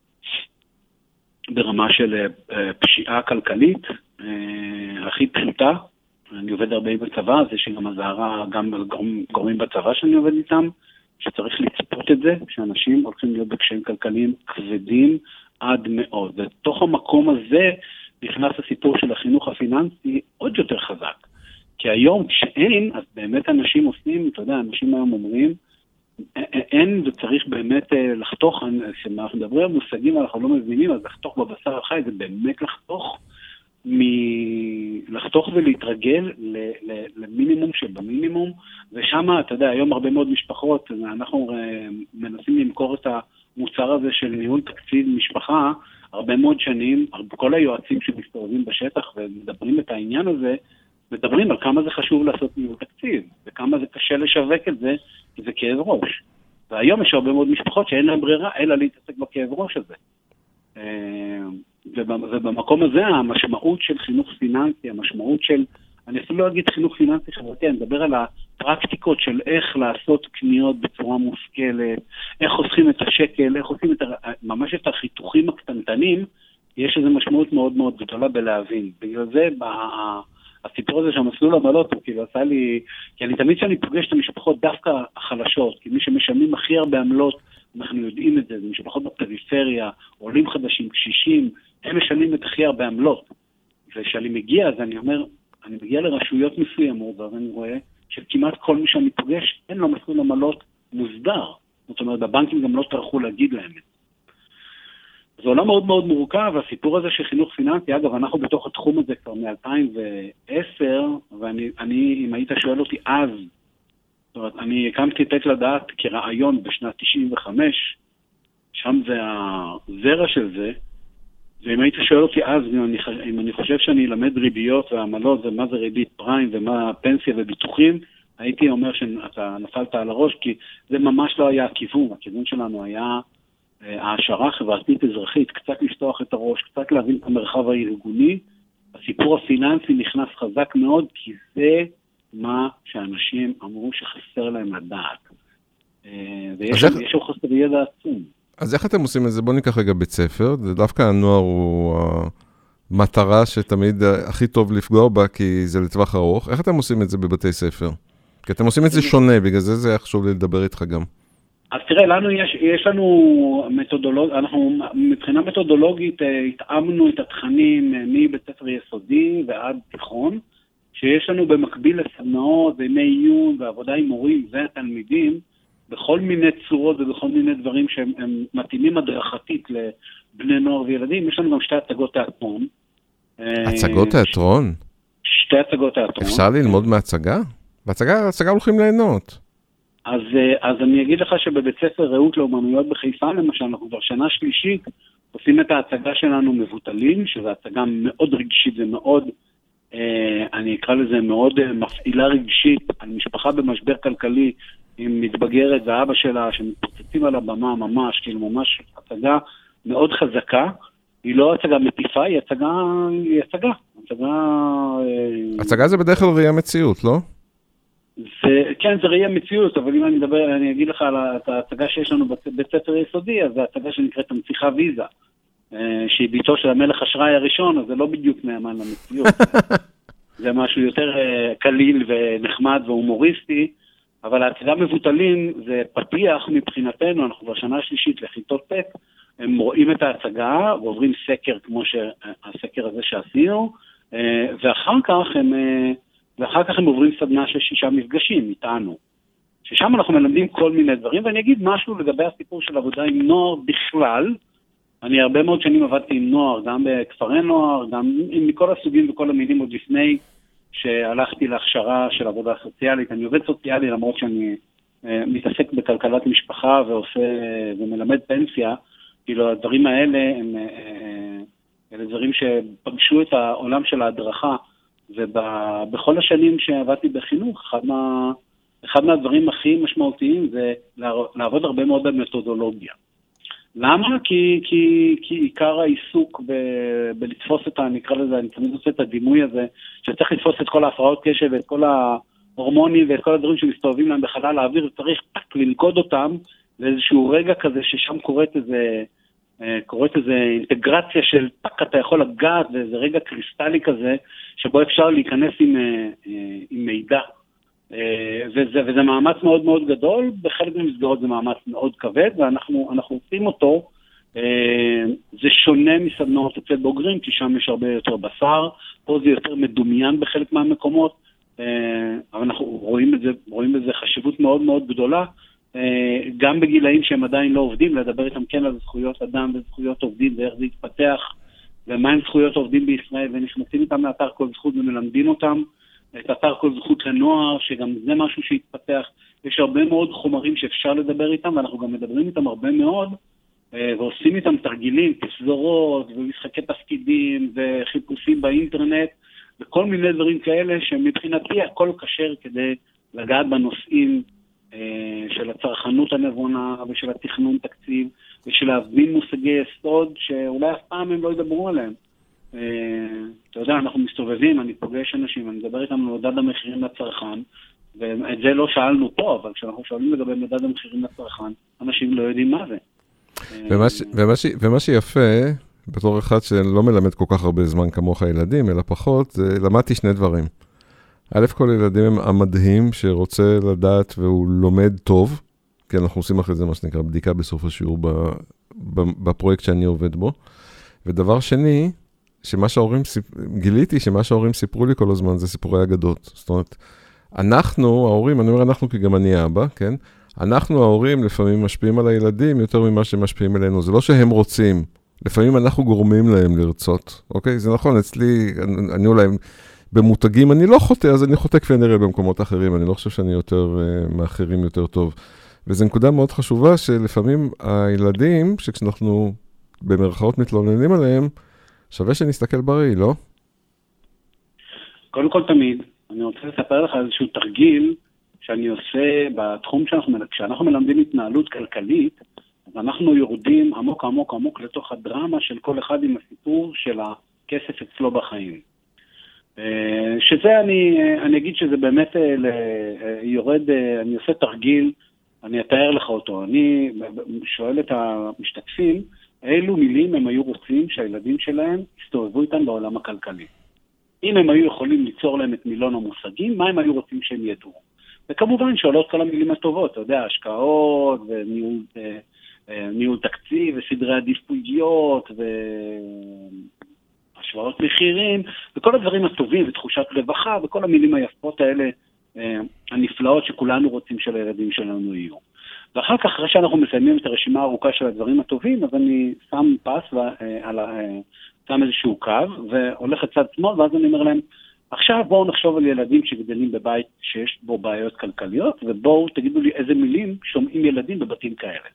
ברמה של פשיעה כלכלית, הכי פשוטה. אני עובד הרבה בצבא, אז יש לי גם הזהרה, גם גורמים בצבא שאני עובד איתם, שצריך לצפות את זה, שאנשים הולכים להיות בקשיים כלכליים כבדים עד מאוד. ותוך המקום הזה נכנס הסיפור של החינוך הפיננסי עוד יותר חזק. כי היום כשאין, אז באמת אנשים עושים, אתה יודע, אנשים היום אומרים, אין וצריך באמת לחתוך, כשאנחנו מדברים על מושגים אנחנו לא מבינים, אז לחתוך בבשר החי זה באמת לחתוך, מ... לחתוך ולהתרגל למינימום שבמינימום, ושם, אתה יודע, היום הרבה מאוד משפחות, אנחנו מנסים למכור את המוצר הזה של ניהול תקציב משפחה, הרבה מאוד שנים, כל היועצים שמסתובבים בשטח ומדברים את העניין הזה, מדברים על כמה זה חשוב לעשות ניהול תקציב, וכמה זה קשה לשווק את זה, כי זה כאב ראש. והיום יש הרבה מאוד משפחות שאין להם ברירה, אלא להתעסק בכאב ראש הזה. ובמקום הזה המשמעות של חינוך פיננסי, המשמעות של, אני אפילו לא אגיד חינוך פיננסי חברתי, אני מדבר על הפרקטיקות של איך לעשות קניות בצורה מושכלת, איך חוסכים את השקל, איך עושים את, ממש את החיתוכים הקטנטנים, יש איזו משמעות מאוד מאוד גדולה בלהבין. בגלל זה, הסיפור הזה שהמסלול עמלות הוא כאילו עשה לי, כי אני תמיד שאני פוגש את המשפחות דווקא החלשות, כי מי שמשלמים הכי הרבה עמלות, אנחנו יודעים את זה, זה משפחות בפריפריה, עולים חדשים, קשישים, הם משלמים את הכי הרבה עמלות. וכשאני מגיע, אז אני אומר, אני מגיע לרשויות מסוימות, ואז אני רואה שכמעט כל מי שאני פוגש, אין לו מסלול עמלות מוסדר. זאת אומרת, הבנקים גם לא טרחו להגיד להם את זה. זה עולם מאוד מאוד מורכב, והסיפור הזה של חינוך פיננסי, אגב, אנחנו בתוך התחום הזה כבר מ-אלפיים ועשר, ואני, אני, אם היית שואל אותי אז, זאת אומרת, אני הקמתי את לדעת כרעיון בשנת תשעים וחמש, שם זה הזרע של זה, ואם היית שואל אותי אז, אם אני, אם אני חושב שאני אלמד ריביות ועמלות, ומה זה ריבית פריים, ומה פנסיה וביטוחים, הייתי אומר שאתה נפלת על הראש, כי זה ממש לא היה הכיוון, הכיוון שלנו היה העשרה חברתית אזרחית, קצת לפתוח את הראש, קצת להבין את המרחב הארגוני. הסיפור הפיננסי נכנס חזק מאוד, כי זה מה שאנשים אמרו שחסר להם לדעת. ויש שם חסר ידע עצום. אז איך אתם עושים את זה? בואו ניקח רגע בית ספר, זה דווקא הנוער הוא המטרה שתמיד הכי טוב לפגוע בה, כי זה לטווח ארוך. איך אתם עושים את זה בבתי ספר? כי אתם עושים את זה שונה, בגלל זה זה חשוב לי לדבר איתך גם. אז תראה, לנו יש, יש לנו מתודולוג, אנחנו מבחינה מתודולוגית התאמנו את התכנים מבית ספר יסודי ועד תיכון, שיש לנו במקביל לסדנאות וימי עיון ועבודה עם מורים ותלמידים, בכל מיני צורות ובכל מיני דברים שהם מתאימים הדרכתית לבני נוער וילדים. יש לנו גם שתי הצגות תיאטרון. הצגות תיאטרון? שתי הצגות תיאטרון. אפשר ללמוד מהצגה? בהצגה, הצגה הולכים ליהנות. אז, אז אני אגיד לך שבבית ספר רעות לאומנויות בחיפה, למשל, אנחנו כבר שנה שלישית, עושים את ההצגה שלנו מבוטלים, שזו הצגה מאוד רגשית ומאוד, אה, אני אקרא לזה מאוד אה, מפעילה רגשית, על משפחה במשבר כלכלי, עם מתבגרת ואבא שלה, שמתפוצצים על הבמה ממש, כאילו ממש הצגה מאוד חזקה, היא לא הצגה מטיפה, היא הצגה, היא הצגה, הצגה... אה, הצגה זה בדרך כלל ראייה מציאות, לא? זה, כן, זה ראייה מציאות, אבל אם אני אדבר, אני אגיד לך על ההצגה שיש לנו בבית ספר יסודי, אז זה הצגה שנקראת המציחה ויזה, שהיא ביתו של המלך אשראי הראשון, אז זה לא בדיוק נאמן למציאות. זה משהו יותר קליל ונחמד והומוריסטי, אבל ההצגה מבוטלים זה פתיח מבחינתנו, אנחנו כבר שנה שלישית לכיתות טק, הם רואים את ההצגה ועוברים סקר כמו שהסקר הזה שעשינו, ואחר כך הם... ואחר כך הם עוברים סדנה של שישה מפגשים איתנו, ששם אנחנו מלמדים כל מיני דברים, ואני אגיד משהו לגבי הסיפור של עבודה עם נוער בכלל. אני הרבה מאוד שנים עבדתי עם נוער, גם בכפרי נוער, גם מכל הסוגים וכל המינים, עוד לפני שהלכתי להכשרה של עבודה סוציאלית. אני עובד סוציאלי למרות שאני אה, מתעסק בכלכלת משפחה ועושה ומלמד פנסיה, כאילו הדברים האלה הם אה, אלה דברים שפגשו את העולם של ההדרכה, ובכל השנים שעבדתי בחינוך, אחד, מה, אחד מהדברים הכי משמעותיים זה לעבוד הרבה מאוד במתודולוגיה. למה? כי, כי, כי עיקר העיסוק ב, בלתפוס את, נקרא לזה, אני תמיד עושה את הדימוי הזה, שצריך לתפוס את כל ההפרעות קשב ואת כל ההורמונים ואת כל הדברים שמסתובבים להם בחלל האוויר, וצריך טק ללכוד אותם לאיזשהו רגע כזה ששם קורית איזה... קוראת איזו אינטגרציה של טק, אתה יכול לגעת, ואיזה רגע קריסטלי כזה, שבו אפשר להיכנס עם, עם מידע. וזה, וזה מאמץ מאוד מאוד גדול, בחלק מהמסגרות זה מאמץ מאוד כבד, ואנחנו אנחנו עושים אותו. זה שונה מסדנאות אצל בוגרים, כי שם יש הרבה יותר בשר, פה זה יותר מדומיין בחלק מהמקומות, אבל אנחנו רואים בזה, רואים בזה חשיבות מאוד מאוד גדולה, גם בגילאים שהם עדיין לא עובדים, לדבר איתם כן על זכויות אדם וזכויות עובדים ואיך זה יתפתח, ומה הם זכויות עובדים בישראל, ונכנסים איתם לאתר כל זכות ומלמדים אותם, את אתר כל זכות לנוער, שגם זה משהו שהתפתח. יש הרבה מאוד חומרים שאפשר לדבר איתם, ואנחנו גם מדברים איתם הרבה מאוד, ועושים איתם תרגילים, תפזורות, ומשחקי תפקידים, וחיפושים באינטרנט, וכל מיני דברים כאלה שמבחינתי הכל קשר כדי לגעת בנושאים של הצרכנות הנבונה, ושל התכנון תקציב, ושל להבין מושגי יסוד, שאולי אף פעם הם לא ידברו עליהם. אתה יודע, אנחנו מסתובבים, אני פוגש אנשים, אני מדבר איתם על מדד המחירים לצרכן, ואת זה לא שאלנו פה, אבל כשאנחנו שואלים לגבי מדד המחירים לצרכן, אנשים לא יודעים מה זה. ומה, ש, ומה, ש, ומה שיפה, בתור אחד שלא מלמד כל כך הרבה זמן כמוך ילדים, אלא פחות, זה, למדתי שני דברים. א' כל ילדים הם המדהים שרוצה לדעת והוא לומד טוב, כי אנחנו עושים אחרי זה מה שנקרא בדיקה בסוף השיעור בפרויקט שאני עובד בו. ודבר שני, שמה שההורים, גיליתי שמה שההורים סיפרו לי כל הזמן זה סיפורי אגדות. זאת אומרת, אנחנו, ההורים, אני אומר אנחנו כי גם אני אבא, כן? אנחנו ההורים לפעמים משפיעים על הילדים יותר ממה שמשפיעים עלינו. זה לא שהם רוצים, לפעמים אנחנו גורמים להם לרצות, אוקיי? זה נכון, אצלי, אני, אני אולי במותגים, אני לא חוטא, אז אני חוטא כפי נראה במקומות אחרים, אני לא חושב שאני יותר uh, מאחרים יותר טוב. וזו נקודה מאוד חשובה שלפעמים הילדים, שכשאנחנו במרכאות מתלוננים עליהם, שווה שנסתכל בריא, לא? קודם כל תמיד, אני רוצה לספר לך איזשהו תרגיל שאני עושה בתחום שאנחנו, כשאנחנו מלמדים התנהלות כלכלית, אז אנחנו יורדים עמוק עמוק עמוק לתוך הדרמה של כל אחד עם הסיפור של הכסף אצלו בחיים. שזה אני, אני אגיד שזה באמת יורד, אני עושה תרגיל, אני אתאר לך אותו, אני שואל את המשתתפים, אילו מילים הם היו רוצים שהילדים שלהם יסתובבו איתם בעולם הכלכלי. אם הם היו יכולים ליצור להם את מילון המושגים, מה הם היו רוצים שהם ידעו? וכמובן שעולות כל המילים הטובות, אתה יודע, השקעות וניהול ניהול תקציב וסדרי עדיפויות והשוואות מחירים וכל הדברים הטובים ותחושת רווחה וכל המילים היפות האלה הנפלאות שכולנו רוצים שלילדים שלנו יהיו. ואחר כך, אחרי שאנחנו מסיימים את הרשימה הארוכה של הדברים הטובים, אז אני שם פס ועל, שם איזשהו קו והולך לצד שמאל, ואז אני אומר להם, עכשיו בואו נחשוב על ילדים שגדלים בבית שיש בו בעיות כלכליות, ובואו תגידו לי איזה מילים שומעים ילדים בבתים כאלה.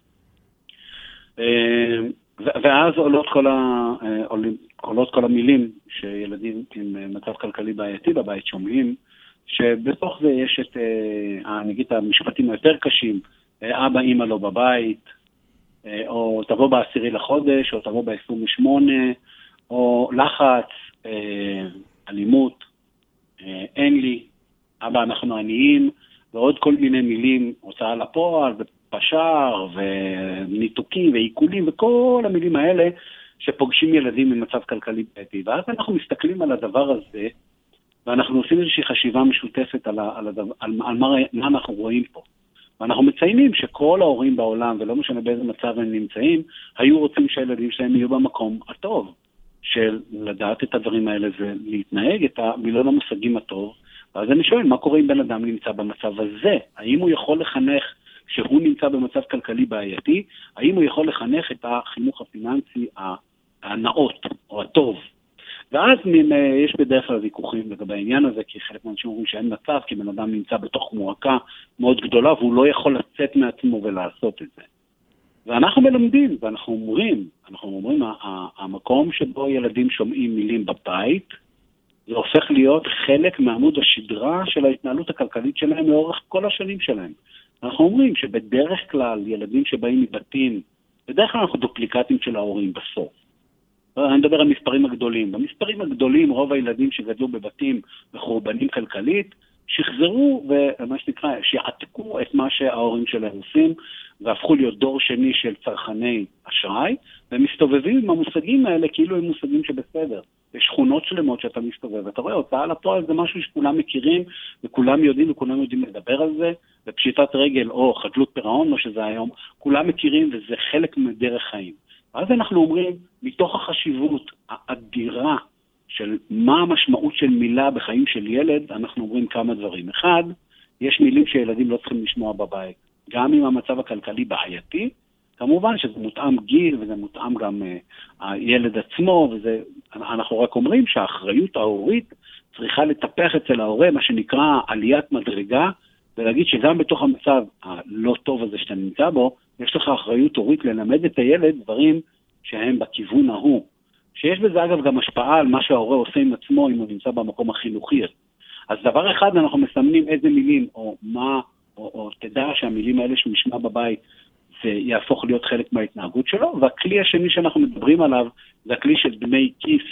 ואז עולות כל, ה, עולות כל המילים שילדים עם מצב כלכלי בעייתי בבית שומעים, שבתוך זה יש את, נגיד, המשפטים היותר קשים, אבא, אמא לא בבית, או תבוא בעשירי לחודש, או תבוא ב-עשרים ושמונה, או לחץ, אלימות, אין לי, אבא אנחנו עניים, ועוד כל מיני מילים, הוצאה לפועל, ופשר, וניתוקים, ועיקולים, וכל המילים האלה שפוגשים ילדים במצב כלכלי בעייתי. ואז אנחנו מסתכלים על הדבר הזה, ואנחנו עושים איזושהי חשיבה משותפת על, על, הדבר, על, על מה, מה אנחנו רואים פה. ואנחנו מציינים שכל ההורים בעולם, ולא משנה באיזה מצב הם נמצאים, היו רוצים שהילדים שלהם יהיו במקום הטוב, של לדעת את הדברים האלה ולהתנהג את המילון המושגים הטוב. ואז אני שואל, מה קורה אם בן אדם נמצא במצב הזה? האם הוא יכול לחנך שהוא נמצא במצב כלכלי בעייתי? האם הוא יכול לחנך את החינוך הפיננסי הנאות או הטוב? ואז יש בדרך כלל ויכוחים לגבי העניין הזה, כי חלק מהאנשים אומרים שאין מצב, כי בן אדם נמצא בתוך מועקה מאוד גדולה, והוא לא יכול לצאת מעצמו ולעשות את זה. ואנחנו מלמדים, ואנחנו אומרים, אנחנו אומרים, המקום שבו ילדים שומעים מילים בבית, זה הופך להיות חלק מעמוד השדרה של ההתנהלות הכלכלית שלהם לאורך כל השנים שלהם. אנחנו אומרים שבדרך כלל ילדים שבאים מבתים, בדרך כלל אנחנו דופליקטים של ההורים בסוף. אני מדבר על מספרים הגדולים. במספרים הגדולים, רוב הילדים שגדלו בבתים מחורבנים כלכלית, שחזרו ומה שנקרא, שיעתקו את מה שההורים שלהם עושים, והפכו להיות דור שני של צרכני אשראי, ומסתובבים עם המושגים האלה כאילו הם מושגים שבסדר. יש שכונות שלמות שאתה מסתובב, ואתה רואה, הוצאה לפועל זה משהו שכולם מכירים, וכולם יודעים וכולם יודעים לדבר על זה, ופשיטת רגל או חדלות פירעון, מה שזה היום, כולם מכירים וזה חלק מדרך חיים. אז אנחנו אומרים, מתוך החשיבות האדירה של מה המשמעות של מילה בחיים של ילד, אנחנו אומרים כמה דברים. אחד, יש מילים שילדים לא צריכים לשמוע בבית. גם אם המצב הכלכלי בעייתי, כמובן שזה מותאם גיל וזה מותאם גם uh, הילד עצמו, וזה, אנחנו רק אומרים שהאחריות ההורית צריכה לטפח אצל ההורה, מה שנקרא עליית מדרגה, ולהגיד שגם בתוך המצב הלא טוב הזה שאתה נמצא בו, יש לך אחריות הורית ללמד את הילד דברים שהם בכיוון ההוא. שיש בזה אגב גם השפעה על מה שההורה עושה עם עצמו אם הוא נמצא במקום החינוכי. אז דבר אחד אנחנו מסמנים איזה מילים או מה, או, או תדע שהמילים האלה שהוא ישמע בבית זה יהפוך להיות חלק מההתנהגות שלו, והכלי השני שאנחנו מדברים עליו זה הכלי של דמי כיס.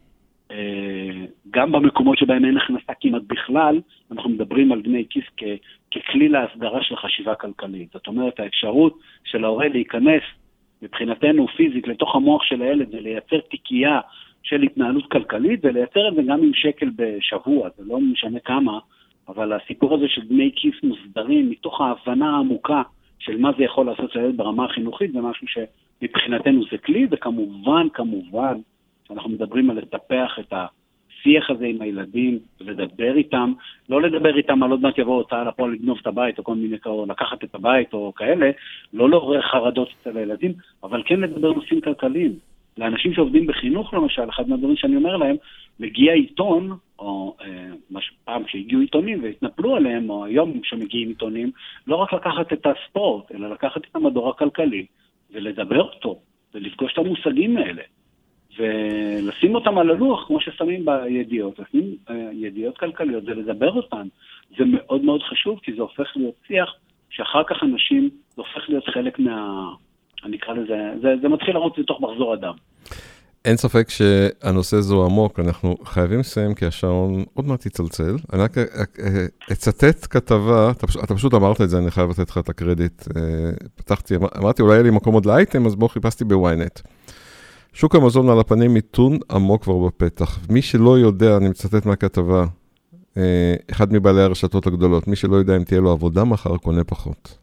גם במקומות שבהם אין הכנסה כמעט בכלל, אנחנו מדברים על דמי כיס כ- ככלי להסדרה של חשיבה כלכלית. זאת אומרת, האפשרות של ההורה להיכנס מבחינתנו פיזית לתוך המוח של הילד ולייצר תיקייה של התנהלות כלכלית, ולייצר את זה גם עם שקל בשבוע, זה לא משנה כמה, אבל הסיפור הזה של דמי כיס מוסדרים מתוך ההבנה העמוקה של מה זה יכול לעשות לילד ברמה החינוכית, זה משהו שמבחינתנו זה כלי, וכמובן, כמובן, אנחנו מדברים על לטפח את השיח הזה עם הילדים, ולדבר איתם, לא לדבר איתם על עוד מעט יבוא הוצאה לפועל לגנוב את הבית, או כל מיני כאלה, לקחת את הבית או כאלה, לא לעורר חרדות אצל הילדים, אבל כן לדבר נושאים כלכליים. לאנשים שעובדים בחינוך למשל, אחד מהדברים שאני אומר להם, מגיע עיתון, או אה, פעם שהגיעו עיתונים והתנפלו עליהם, או היום שמגיעים עיתונים, לא רק לקחת את הספורט, אלא לקחת את המדור הכלכלי, ולדבר אותו, ולפגוש את המושגים האלה. ולשים אותם על הלוח, כמו ששמים בידיעות, לשים uh, ידיעות כלכליות, זה לדבר אותן. זה מאוד מאוד חשוב, כי זה הופך להיות שיח, שאחר כך אנשים, זה הופך להיות חלק מה... אני אקרא לזה, זה, זה מתחיל לרוץ לתוך מחזור אדם. אין ספק שהנושא זו עמוק, אנחנו חייבים לסיים, כי השעון עוד מעט יצלצל. אני רק אצטט כתבה, אתה, אתה פשוט אמרת את זה, אני חייב לתת לך את הקרדיט. פתחתי, אמרתי, אולי יהיה לי מקום עוד לאייטם, אז בוא חיפשתי בוויינט. שוק המזון על הפנים מיתון עמוק כבר בפתח. מי שלא יודע, אני מצטט מהכתבה, אחד מבעלי הרשתות הגדולות, מי שלא יודע אם תהיה לו עבודה מחר, קונה פחות.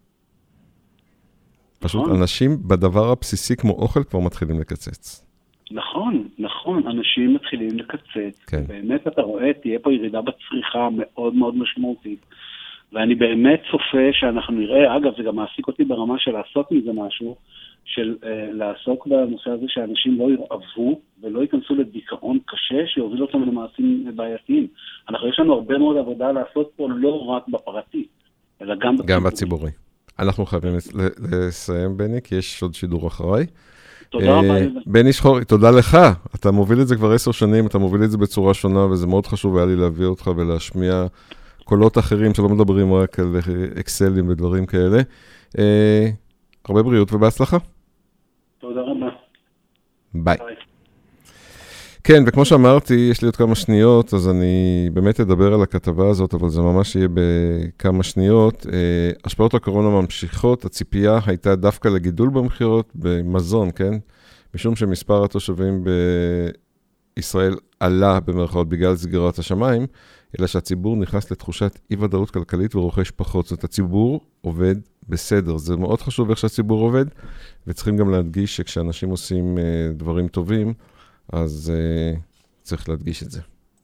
פשוט אנשים בדבר הבסיסי כמו אוכל כבר מתחילים לקצץ. נכון, נכון, אנשים מתחילים לקצץ. כן. באמת אתה רואה, תהיה פה ירידה בצריכה מאוד מאוד משמעותית. ואני באמת צופה שאנחנו נראה, אגב, זה גם מעסיק אותי ברמה של לעשות מזה משהו, של uh, לעסוק בנושא הזה שאנשים לא ירעבו ולא ייכנסו לדיכאון קשה שיוביל אותם למעשים בעייתיים. אנחנו יש לנו הרבה מאוד עבודה לעשות פה לא רק בפרטי, אלא גם בציבורי. גם בציבורי. אנחנו חייבים לסיים, בני, כי יש עוד שידור אחריי. תודה רבה. בני שחורי, תודה לך. אתה מוביל את זה כבר עשר שנים, אתה מוביל את זה בצורה שונה, וזה מאוד חשוב היה לי להביא אותך ולהשמיע קולות אחרים שלא מדברים רק על אקסלים ודברים כאלה. הרבה בריאות ובהצלחה. תודה רבה. ביי. כן, וכמו שאמרתי, יש לי עוד כמה שניות, אז אני באמת אדבר על הכתבה הזאת, אבל זה ממש יהיה בכמה שניות. השפעות הקורונה ממשיכות, הציפייה הייתה דווקא לגידול במחירות במזון, כן? משום שמספר התושבים בישראל עלה במרכאות בגלל סגירת השמיים, אלא שהציבור נכנס לתחושת אי-ודאות כלכלית ורוכש פחות. זאת הציבור עובד בסדר. זה מאוד חשוב איך שהציבור עובד, וצריכים גם להדגיש שכשאנשים עושים דברים טובים, אז uh, צריך להדגיש את זה.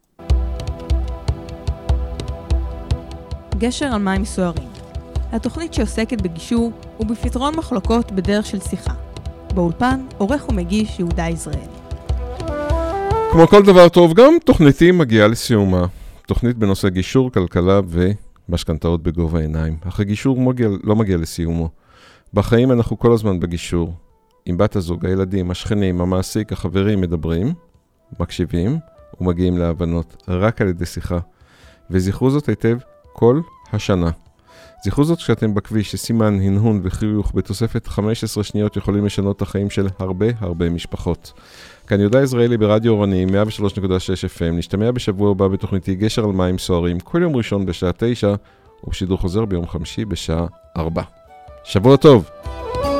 גשר על מים סוערים. התוכנית שעוסקת בגישור ובפתרון מחלוקות בדרך של שיחה. באולפן, עורך ומגיש יהודה יזרעאלי. כמו כל דבר טוב, גם תוכניתי מגיעה לסיומה. תוכנית בנושא גישור, כלכלה ומשכנתאות בגובה העיניים. אך הגישור מגיע, לא מגיע לסיומו. בחיים אנחנו כל הזמן בגישור. עם בת הזוג, הילדים, השכנים, המעסיק, החברים מדברים, מקשיבים ומגיעים להבנות רק על ידי שיחה. וזכרו זאת היטב כל השנה. זכרו זאת כשאתם בכביש שסימן, הנהון וחיוך בתוספת חמש עשרה שניות יכולים לשנות את החיים של הרבה הרבה משפחות. כאן יהודה יזרעאלי ברדיו אורני, מאה ושלוש נקודה שש אף אם. נשתמע בשבוע הבא בתוכניתי גשר על מים סוערים, כל יום ראשון בשעה תשע, ובשידור חוזר ביום חמישי בשעה ארבע. שבוע טוב!